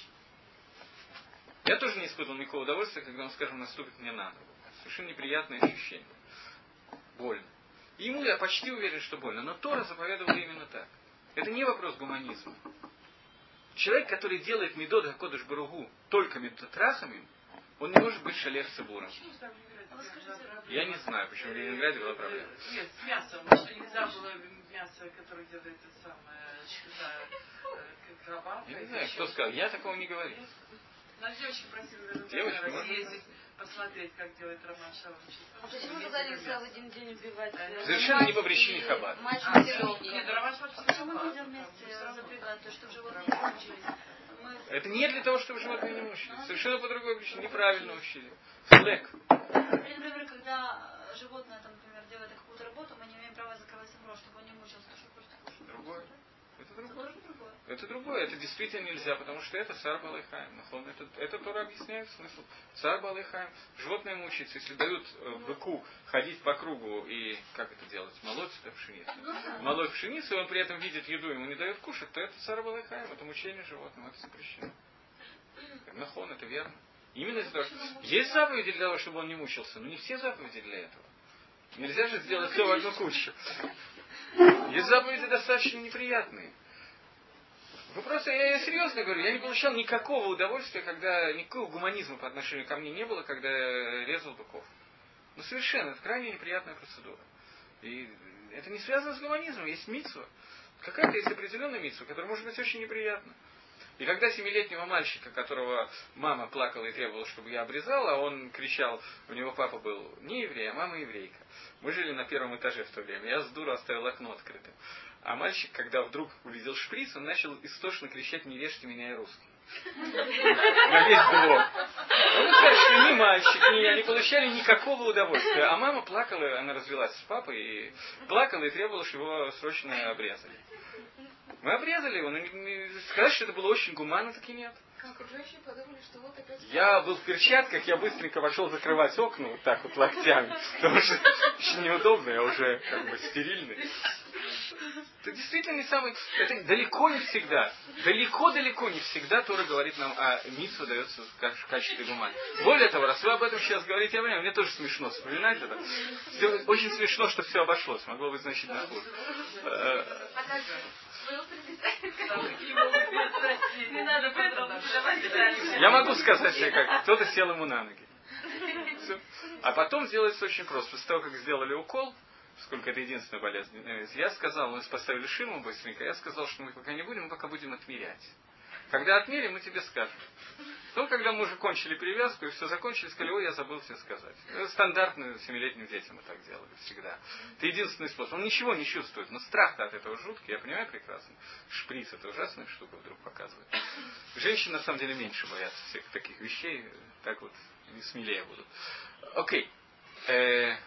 Speaker 1: Я тоже не испытывал никакого удовольствия, когда он, скажем, наступит мне на ногу. Совершенно неприятное ощущение. Больно. И ему я почти уверен, что больно. Но Тора заповедовала именно так. Это не вопрос гуманизма. Человек, который делает медот Кодеш Барух Ху только медотрахами, он не может быть шалех цибуром. Я не знаю, почему в Ленинграде была проблема.
Speaker 6: Нет, с мясом. Что нельзя было мясо, которое делает это самое, как раба.
Speaker 1: Я не знаю, кто сказал. Я такого не говорил.
Speaker 6: Нас девочки просили
Speaker 1: Девочки,
Speaker 6: съездить, посмотреть, как делает Роман Шалом.
Speaker 3: А почему тогда нельзя в один день убивать?
Speaker 1: Совершенно не по причине Хаббата.
Speaker 3: Мать
Speaker 6: А,
Speaker 3: и ребенка.
Speaker 6: нет, Роман Шалом
Speaker 2: Почему мы видим вместе запрягать, то, что в животные не мучились?
Speaker 1: Это не для того, чтобы животные не мучились. Совершенно по другой причине. Неправильно учили. Флек.
Speaker 2: Например, когда животное, там, например, делает какую-то работу, мы не имеем права закрывать им рот, чтобы он не мучился, то что просто кушать.
Speaker 1: Другое. Это другое. Это другое, это действительно нельзя, потому что это цар балайхаем. Это, это Тора объясняет смысл. Цар балайхаем. Животное мучается, если дают э, быку ходить по кругу и, как это делать, молоть это пшеницу. Молоть пшеницу, и он при этом видит еду, ему не дает кушать, то это цар балайхаем, это мучение животного, это запрещено. Нахон, это верно. Именно из-за того, что есть заповеди для того, чтобы он не мучился, но не все заповеди для этого. Нельзя же сделать все в одну кучу. Есть заповеди достаточно неприятные. Ну просто я, я серьезно говорю, я не получал никакого удовольствия, когда никакого гуманизма по отношению ко мне не было, когда я резал быков. Ну совершенно, это крайне неприятная процедура. И это не связано с гуманизмом, есть мицва. Какая-то есть определенная мицва, которая может быть очень неприятна. И когда семилетнего мальчика, которого мама плакала и требовала, чтобы я обрезал, а он кричал, у него папа был не еврей, а мама еврейка. Мы жили на первом этаже в то время, я с дуру оставил окно открытым. А мальчик, когда вдруг увидел шприц, он начал истошно кричать: «Не режьте меня, я русский». На весь двор. Он сказал, что ни мальчик, ни я не получали никакого удовольствия. А мама плакала, она развелась с папой, и плакала и требовала, чтобы его срочно обрезали. Мы обрезали его, но не, не, сказать, что это было очень гуманно, так и нет. Я был в перчатках, я быстренько пошел закрывать окна вот так вот локтями, потому что очень неудобно, я уже как бы стерильный. Это действительно не самый... Это далеко не всегда, далеко-далеко не всегда Тора говорит нам, а мицва дается в качестве гумана. Более того, раз вы об этом сейчас говорите, я понимаю, мне тоже смешно вспоминать это. Все, очень смешно, что все обошлось, могло быть значительно хуже. Я могу сказать тебе как, кто-то сел ему на ноги. Все. А потом делается очень просто. После того, как сделали укол, сколько это единственная болезнь, я сказал, мы поставили ширму быстренько, я сказал, что мы пока не будем, мы пока будем отмерять. Когда отмерим, мы тебе скажем. Потом, когда мы уже кончили привязку и все закончили, сказали: ой, я забыл тебе сказать. Стандартно семилетним детям мы так делали всегда. Это единственный способ. Он ничего не чувствует, но страх от этого жуткий, я понимаю прекрасно. Шприц — это ужасная штука, вдруг показывает. Женщины на самом деле меньше боятся всех таких вещей, так вот смелее будут. Окей. Э-э-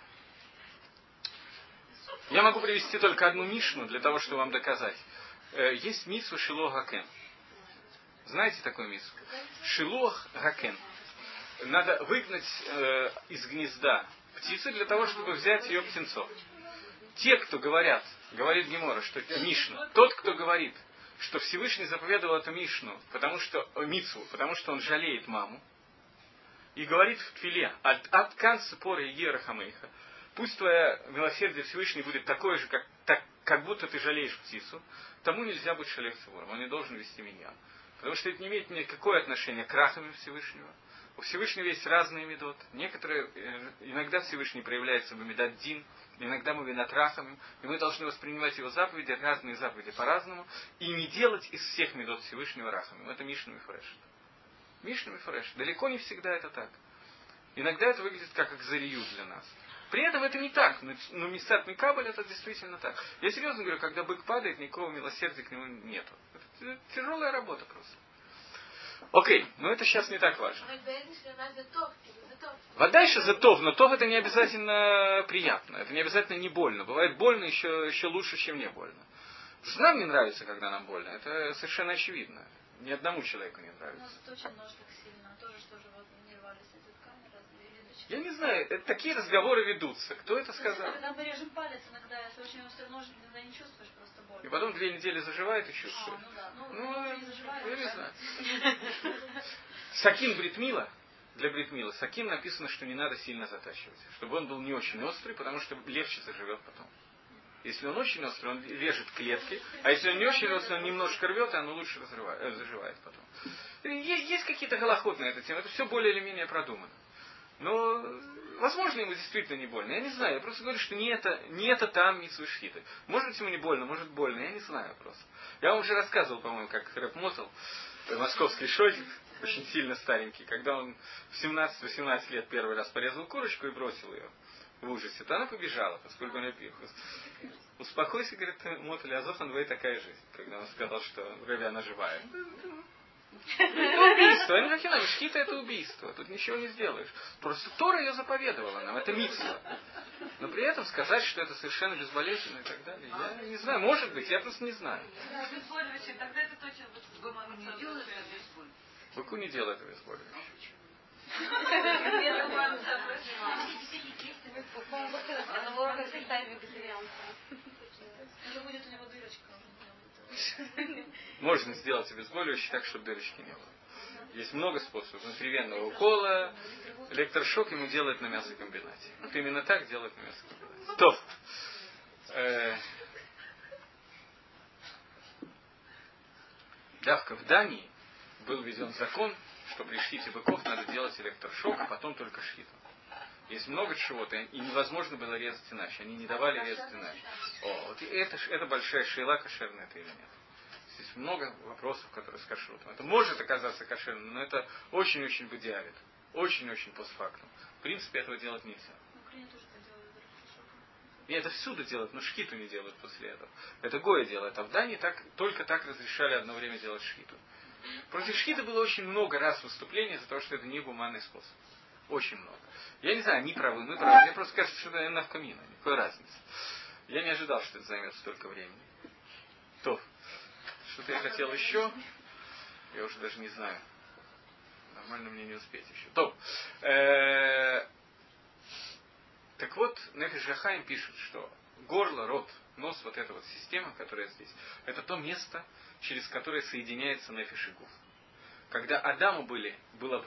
Speaker 1: я могу привести только одну мишну для того, чтобы вам доказать. Э- есть мицва Шилох Гакен. Знаете такую мицву? Шилох Гакен. Надо выгнать э, из гнезда птицу для того, чтобы взять ее птенцов. Те, кто говорят, говорит Гемора, что Мишна, тот, кто говорит, что Всевышний заповедовал эту Мишну, потому что, мицву, потому что он жалеет маму, и говорит в Тфиле: «Ат кан цепора егера хамейха», пусть твое милосердие Всевышний будет такое же, как, так, как будто ты жалеешь птицу, тому нельзя быть шалех цевором, он не должен вести миньян. Потому что это не имеет никакое отношение к рахамим Всевышнего. У Всевышнего есть разные медот. Некоторые, иногда Всевышний проявляется в медот дин, иногда мы винат рахамим, и мы должны воспринимать его заповеди, разные заповеди по-разному, и не делать из всех медот Всевышнего рахамим. Это Мишна Мифреш. Мишна Мифреш. Далеко не всегда это так. Иногда это выглядит как акзарию для нас. При этом это не так, но Мисат Микабель это действительно так. Я серьезно говорю, когда бык падает, никакого милосердия к нему нету. Это тяжелая работа просто. Окей, но это сейчас не так важно. Вода еще за тов, но тов это не обязательно приятно, это не обязательно не больно. Бывает больно еще, еще лучше, чем не больно. Нам не нравится, когда нам больно, это совершенно очевидно. Ни одному человеку не нравится.
Speaker 2: У нас очень нож так сильно, тоже что животные не рвались эти ткани, разве или дочки?
Speaker 1: Я не знаю, это, такие разговоры ведутся. Кто это сказал?
Speaker 2: Когда мы режем палец, иногда, если очень острый нож, иногда не чувствуешь просто боль.
Speaker 1: И потом две недели заживает и чувствуешь.
Speaker 2: А, ну да. Ну,
Speaker 1: ну,
Speaker 2: не заживает,
Speaker 1: я не
Speaker 2: да.
Speaker 1: знаю. Сакин бритмила, для бритмила, сакин написано, что не надо сильно затачивать. Чтобы он был не очень острый, потому что легче заживет потом. Если он очень острый, он режет клетки, а если он не очень острый, он немножко рвет, и оно лучше разрывает, э, заживает потом. Есть, есть какие-то голоход на эту тему, это все более или менее продумано. Но, возможно, ему действительно не больно. Я не знаю, я просто говорю, что не это, не это там мицва шхиты. Может быть, ему не больно, может больно, я не знаю просто. Я вам уже рассказывал, по-моему, как Рэб Мотл, московский шотик, очень сильно старенький, когда он в семнадцать-восемнадцать лет первый раз порезал курочку и бросил ее в ужасе, то она побежала, поскольку он ее пил. Успокойся, говорит Мотли, Азохан, вы такая жизнь, когда он сказал, что Рэби, она живая. Это убийство. Я не знаю, шхита это убийство. Тут ничего не сделаешь. Просто Тора ее заповедовала нам. Это мицва. Но при этом сказать, что это совершенно безболезненно и так далее, я не знаю, может быть, я просто не знаю.
Speaker 2: Тогда это точно будет.
Speaker 1: Быку не делает обезболивающее.
Speaker 2: Уже будет у него дырочка.
Speaker 1: Можно сделать обезболивающее так, чтобы дырочки не было. Есть много способов. Внутривенного укола, электрошок ему делают на мясокомбинате. Вот именно так делают на мясокомбинате. То. Э, Давка в Дании был введен закон, что при шхите быков надо делать электрошок, а потом только шхиту. Есть много чего-то, и невозможно было резать иначе. Они не давали резать иначе. О, вот это, это большая шейла, кошерная это или нет. Здесь много вопросов, которые с кашрутом. Это может оказаться кошерным, но это очень-очень в идеале. Очень-очень постфактум. В принципе, этого делать нельзя. И это всюду делают, но шхиту не делают после этого. Это Гоя делает, а в Дании так, только так разрешали одно время делать шхиту. Против шхита было очень много раз выступлений из-за того, что это не гуманный способ. Очень много. Я не знаю, они правы, мы правы. Мне просто кажется, что это навкамина. Никакой разницы. Я не ожидал, что это займет столько времени. То. Что-то я хотел еще. Я уже даже не знаю. Нормально мне не успеть еще. То. Э-э- так вот, Нефеш Ха-Хаим пишет, что горло, рот, нос, вот эта вот система, которая здесь, это то место, через которое соединяется Нефеш и Гуф. Когда Адаму были, было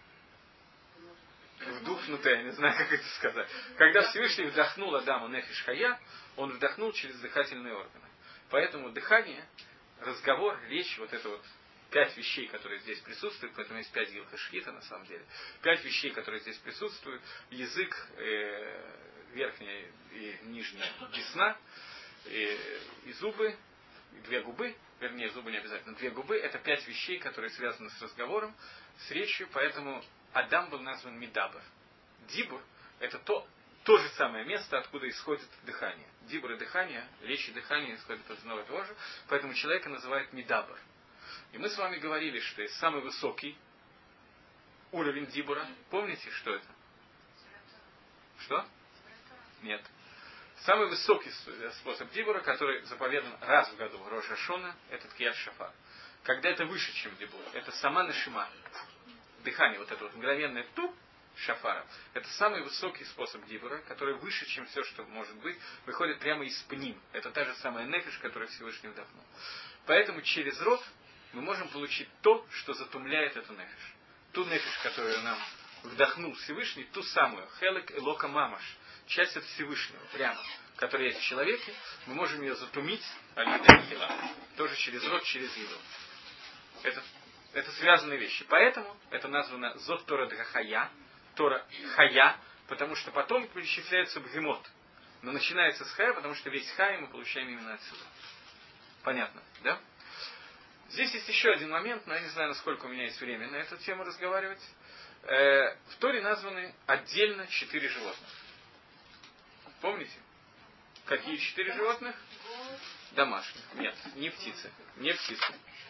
Speaker 1: вдохнуто, я не знаю, как это сказать. Когда Всевышний вдохнул Адаму Нефеш Хая, он вдохнул через дыхательные органы. Поэтому дыхание, разговор, речь, вот это вот пять вещей, которые здесь присутствуют, поэтому есть пять гилха шхита на самом деле. Пять вещей, которые здесь присутствуют. Язык, э, верхняя и нижняя десна, э, и зубы, и две губы, вернее, зубы не обязательно, две губы, это пять вещей, которые связаны с разговором, с речью, поэтому Адам был назван Мидабр. Дибур – это то, то же самое место, откуда исходит дыхание. Дибур и дыхание, речь и дыхание исходят от одного и того же, поэтому человека называют Мидабр. И мы с вами говорили, что есть самый высокий уровень дибура. Помните, что это? Что? Нет. Самый высокий способ дибура, который заповедан раз в году, Рош ха-Шана, это ткият шафар. Когда это выше, чем дибур, это сама нашима. Дыхание, вот это вот мгновенное ту шафара, это самый высокий способ дибура, который выше, чем все, что может быть, выходит прямо из пним. Это та же самая нефиш, которую Всевышний вдохнул. Поэтому через рот мы можем получить то, что затумляет эту нефиш. Ту нефиш, которую нам вдохнул Всевышний, ту самую, хелек элока мамаш, часть от Всевышнего, прямо, которая есть в человеке, мы можем ее затумить, тоже через рот, через еду. Это, это связанные вещи. Поэтому это названо Зот Тора Дхахая, Тора Хая, потому что потом перечисляется бгемот. Но начинается с Хая, потому что весь Хай мы получаем именно отсюда. Понятно, да? Здесь есть еще один момент, но я не знаю, насколько у меня есть время на эту тему разговаривать. Э, в Торе названы отдельно четыре животных. Помните? Какие четыре животных? Домашних. Нет, не птицы. Не птицы.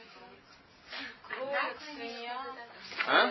Speaker 1: А?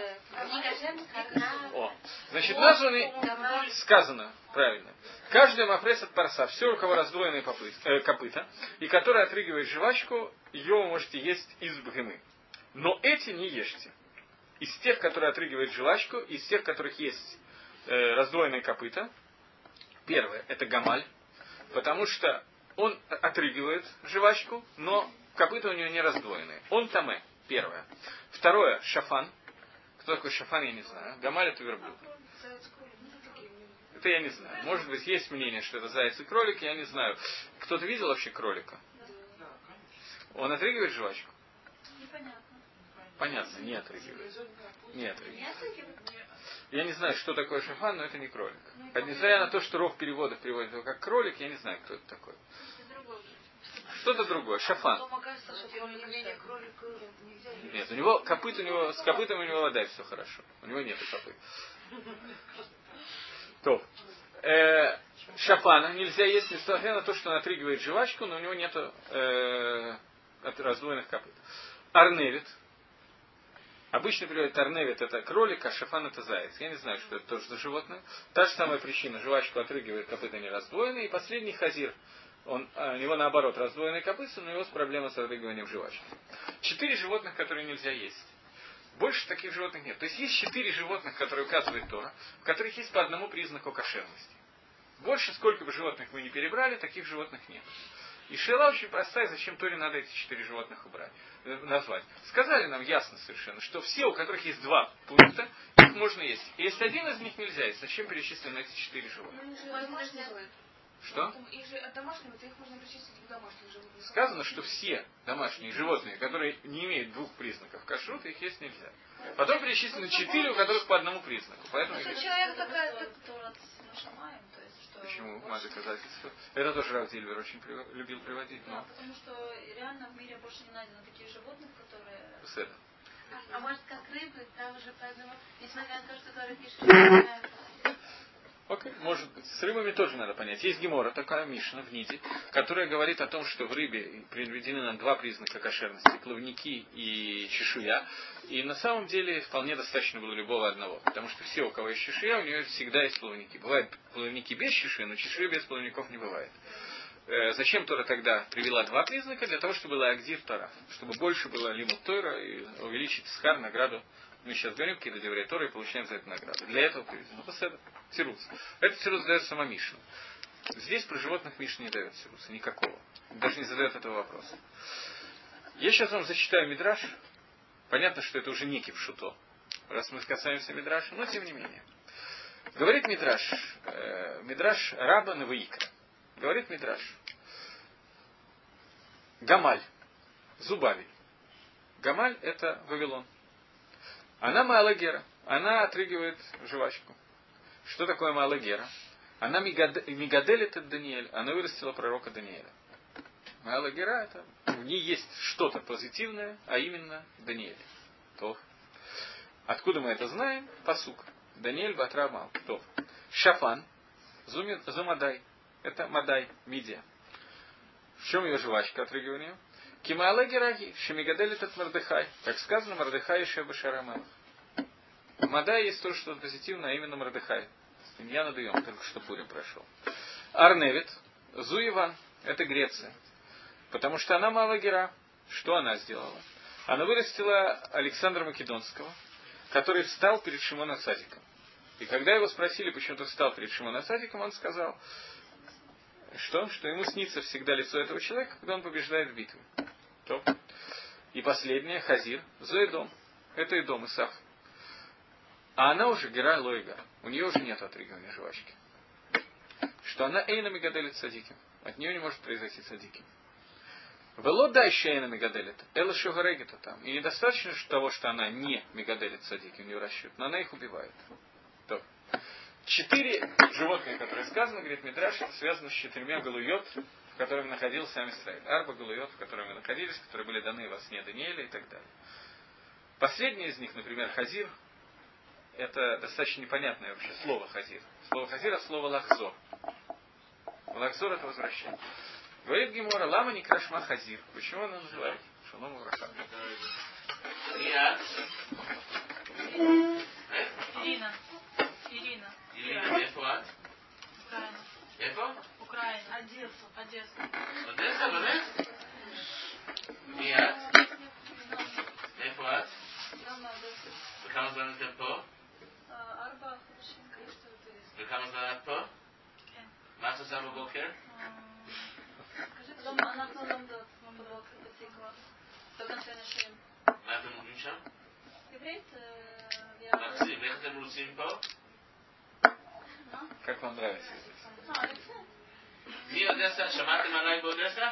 Speaker 1: О. Значит, названы, сказано, правильно. Каждый мапрес от парса, все, у кого раздвоенные попы, э, копыта, и который отрыгивает жвачку, ее вы можете есть из бгемы. Но эти не ешьте. Из тех, которые отрыгивают жвачку, из тех, которых есть э, раздвоенные копыта, первое, это гамаль, потому что он отрыгивает жвачку, но копыта у него не раздвоенные. Он тамэ, первое. Второе, шафан. Кто такой шафан, я не знаю. Гамаль это верблюд. Это я не знаю. Может быть, есть мнение, что это заяц и кролик, я не знаю. Кто-то видел вообще кролика? Он отрыгивает жвачку?
Speaker 2: Непонятно.
Speaker 1: Понятно, не отрыгивает. Не отрыгивает. Я не знаю, что такое шафан, но это не кролик. Несмотря на то, что ров переводов переводит его как кролик, я не знаю, кто это такой. Что-то другое. Шафан. Нет, у него копыт, у него, с копытом у него вода, все хорошо. У него нет копыт. То. Э, шафана нельзя есть, несмотря на то, что он отрыгивает жвачку, но у него нет э, раздвоенных копыт. Арневит. Обычно переводят арневит это кролик, а шафан это заяц. Я не знаю, что это тоже за животное. Та же самая причина. Жвачку отрыгивает, копыта не раздвоенные. И последний хазир. Он, у него наоборот раздвоенные копыта, но у него проблема с отрыгиванием жвачки. Четыре животных, которые нельзя есть. Больше таких животных нет. То есть есть четыре животных, которые указывает Тора, в которых есть по одному признаку кошерности. Больше, сколько бы животных мы не перебрали, таких животных нет. И шейла очень простая, зачем Торе надо эти четыре животных убрать, назвать. Сказали нам ясно совершенно, что все, у которых есть два пункта, их можно есть. И если один из них нельзя есть, зачем перечислены эти четыре животных? Что?
Speaker 5: Их же от домашнего, то их можно причислить к домашним животным.
Speaker 1: Сказано, что все домашние животные, которые не имеют двух признаков кашрута, их есть нельзя. Потом перечислены четыре, у которых по одному признаку. Поэтому их...
Speaker 2: Человек такая, шамаем, то есть что...
Speaker 1: Почему? Ма доказательства. Это тоже Рав Зильбер очень прив... любил приводить. Но...
Speaker 2: Да, потому что реально в мире больше не найдено таких животных, которые...
Speaker 1: С
Speaker 4: А, а может как рыбы, там уже по одному, несмотря на то, что Тора пишет,
Speaker 1: Окей, okay. Может быть. С рыбами тоже надо понять. Есть гемора, такая Мишна в Ниде, которая говорит о том, что в рыбе приведены нам два признака кошерности, плавники и чешуя. И на самом деле вполне достаточно было любого одного. Потому что все, у кого есть чешуя, у нее всегда есть плавники. Бывают плавники без чешуи, но чешуи без плавников не бывает. Э, зачем Тора тогда привела два признака? Для того, чтобы было агдир Тора. Чтобы больше было лимут Тора и увеличить схар, награду. Мы сейчас говорим какие-то деврей Торы и получаем за это награду. Для этого приведено. Посада. Тирус. Этот тирус дает сама Мишна. Здесь про животных Мишна не дает тируса. Никакого. Даже не задает этого вопроса. Я сейчас вам зачитаю мидраш. Понятно, что это уже не кипшуто, раз мы касаемся мидраша, но тем не менее. Говорит мидраш, э, мидраш Раба Наваикра. Говорит мидраш. Гамаль. Зубавель. Гамаль это Вавилон. Она Маалагера. Она отрыгивает жвачку. Что такое Маалагера? Она мигаделит от Даниэль. Она вырастила пророка Даниэля. Маалагера это... В ней есть что-то позитивное, а именно Даниэль. То. Откуда мы это знаем? Пасук. Даниэль Батра Мал. То. Шафан. Зумадай. Это Мадай. Мидия. В чем ее жвачка отрыгивания? Кимаалагераги. Шемигаделит от Мардыхай. Как сказано, Мардыхай и Шебашарамах. Мадай есть то, что позитивно, а именно Мардыхай. Я надаем, только что Пурим прошел. Арневит. Зуеван. Это Греция. Потому что она Маалагера. Что она сделала? Она вырастила Александра Македонского, который встал перед Шимоном Цадиком. И когда его спросили, почему ты встал перед Шимоном Цадиком, он сказал, что? Что ему снится всегда лицо этого человека, когда он побеждает в битве. То. И последнее, Хазир, Зоэдом. Это Эдом, Исав. А она уже Гера Лойга. У нее уже нет отрыгивания жвачки. Что она Эйна Мегаделит Цадиким. От нее не может произойти Цадиким. Вело дальше Эйна Мегаделит. Эла Шугарегета там. И недостаточно того, что она не Мегаделит Цадиким, у нее расчет, но она их убивает. То. Четыре животные, которые сказаны, говорит Мидраш, связаны с четырьмя галуйот, в которых находился сам Исраиль. Арба галуйот, в которых мы находились, которые были даны во сне Даниэля и так далее. Последний из них, например, Хазир, это достаточно непонятное вообще слово Хазир. Слово Хазир от слова лахзор. Лахзор это возвращение. Говорит Гемора, лама не крашма Хазир. Почему она называет? Шалом Ураха.
Speaker 2: Ирина. Ирина.
Speaker 7: Ирина, איפה את?
Speaker 2: Украина.
Speaker 7: איפה?
Speaker 2: Украина. Одесса. Одесса.
Speaker 7: אודסה, באמת? מי את? איפה את?
Speaker 2: Нам Одесса.
Speaker 7: וכמה זמן אתם פה?
Speaker 2: ארבעה חודשים, конечно, это...
Speaker 7: וכמה זמן את פה?
Speaker 2: כן.
Speaker 7: מה את עושה בבוקר?
Speaker 2: לא, אנחנו לומדות בבוקר בתקווה. בגן נשים.
Speaker 7: מה אתם לומדים שם?
Speaker 2: עברית,
Speaker 7: מקסים, איך אתם רוצים פה?
Speaker 1: Как вам нравится?
Speaker 7: מי אודסה? שמעתם עליי באודסה?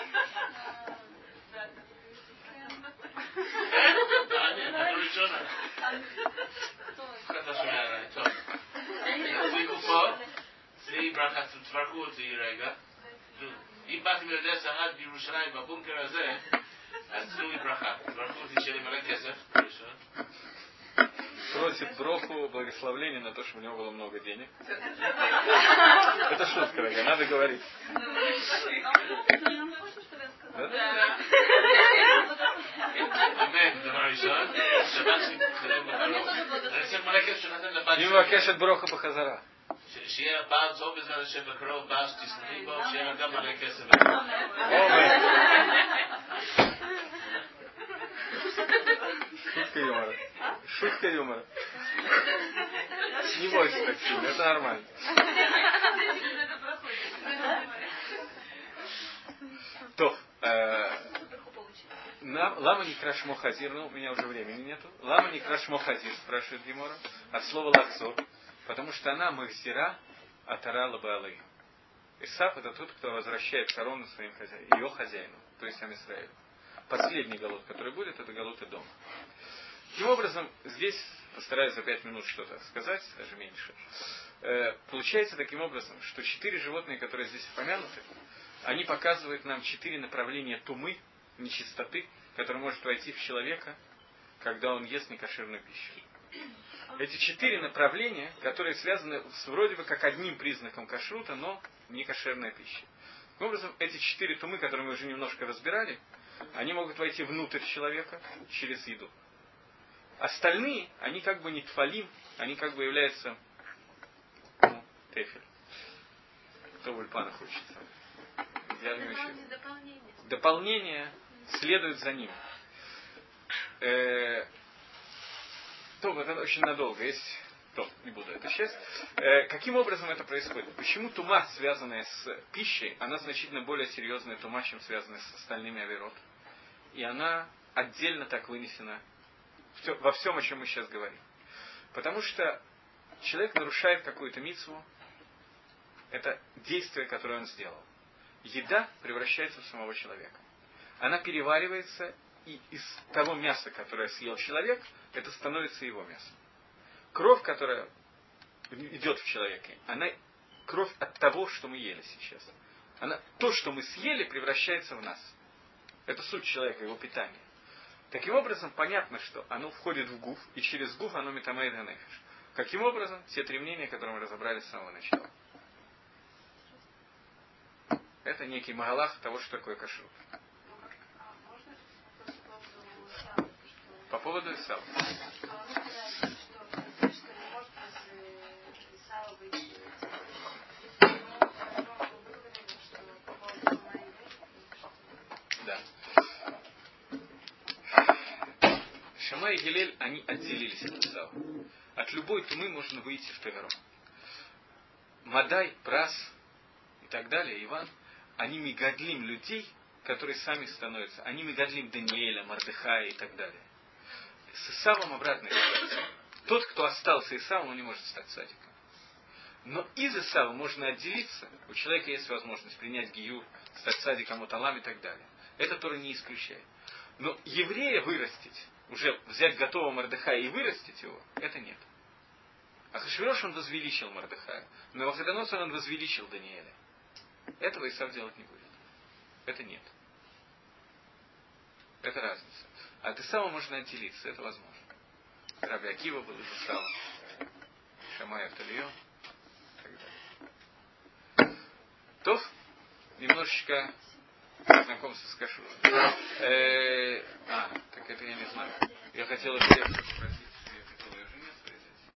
Speaker 7: מעניין, את ראשונה. איך אתה שומע עליי? טוב. תפסיקו פה. צבי ברכה, תברכו אותי רגע. אם באתי מאודסה עד בירושלים בבונקר הזה, אז תנו לי ברכה. תברכו אותי שיהיה לי מלא כסף. ראשון.
Speaker 1: Просит броху, благословление на то, чтобы у него было много денег. Это шутка такая, надо говорить.
Speaker 7: אמן, דבר ראשון,
Speaker 1: И вакешет броха бахазара.
Speaker 7: שיהיה בעל טוב בזמן השם בקרוב, בעל שתסלחי בו, שיהיה לה גם מלא כסף.
Speaker 1: Шутка юмора. Шутка юмора. Не бойся так сильно, это нормально. То, лама не крашмо хазир, ну, у меня уже времени нету. Лама не крашмо хазир, спрашивает Гемора, от слова лакцор, потому что она махзира атарала баалай. Исав это тот, кто возвращает корону своим хозяину, ее хозяину, то есть сам Исраилю. Последний галут, который будет, это галут и дом. Таким образом, здесь постараюсь за пять минут что-то сказать, даже меньше. Э, получается таким образом, что четыре животные, которые здесь упомянуты, они показывают нам четыре направления тумы, нечистоты, которые может войти в человека, когда он ест некошерную пищу. Эти четыре направления, которые связаны с вроде бы как одним признаком кашрута, но не кошерная пища. Таким образом, эти четыре тумы, которые мы уже немножко разбирали, они могут войти внутрь человека через еду. Остальные, они как бы не тфалим, они как бы являются ну, тефель. Кто в ульпанах учится?
Speaker 4: Дополнение. Дополнение.
Speaker 1: Дополнение следует за ним. Э, то, это очень надолго, есть... То, не буду это сейчас. Э, каким образом это происходит? Почему тума, связанная с пищей, она значительно более серьезная тума, чем связанная с остальными авирот? И она отдельно так вынесена все, во всем, о чем мы сейчас говорим. Потому что человек нарушает какую-то мицву, это действие, которое он сделал. Еда превращается в самого человека. Она переваривается, и из того мяса, которое съел человек, это становится его мясом. Кровь, которая идет в человеке, она кровь от того, что мы ели сейчас. Она, то, что мы съели, превращается в нас. Это суть человека, его питание. Таким образом, понятно, что оно входит в гуф, и через гуф оно метамейд ганефиш. Каким образом? Те три мнения, которые мы разобрали с самого начала. Это некий магалах того, что такое кашрут. По поводу Исава. Да. Шама и Гилель, они отделились от Исава. От любой тумы можно выйти в Таверо. Мадай, Прас и так далее, Иван, они мегадлим людей, которые сами становятся. Они мегадлим Даниэля, Мардыхая и так далее. С Исавом обратная ситуация. Тот, кто остался Исавом, он не может стать садиком. Но из Исава можно отделиться. У человека есть возможность принять гиюр, стать садиком, уталам и так далее. Это Тора не исключает. Но еврея вырастить, уже взять готового Мардыхая и вырастить его, это нет. Ахашвирош он возвеличил Мардыхая, но Навуходоносор он возвеличил Даниэля. Этого Исав делать не будет. Это нет. Это разница. От Исава можно отделиться, это возможно. Раби Акива был из Исава, Шамай Автальон и так далее. То, немножечко знакомство с кашрутом. Э, а, так это я не знаю. Я хотел это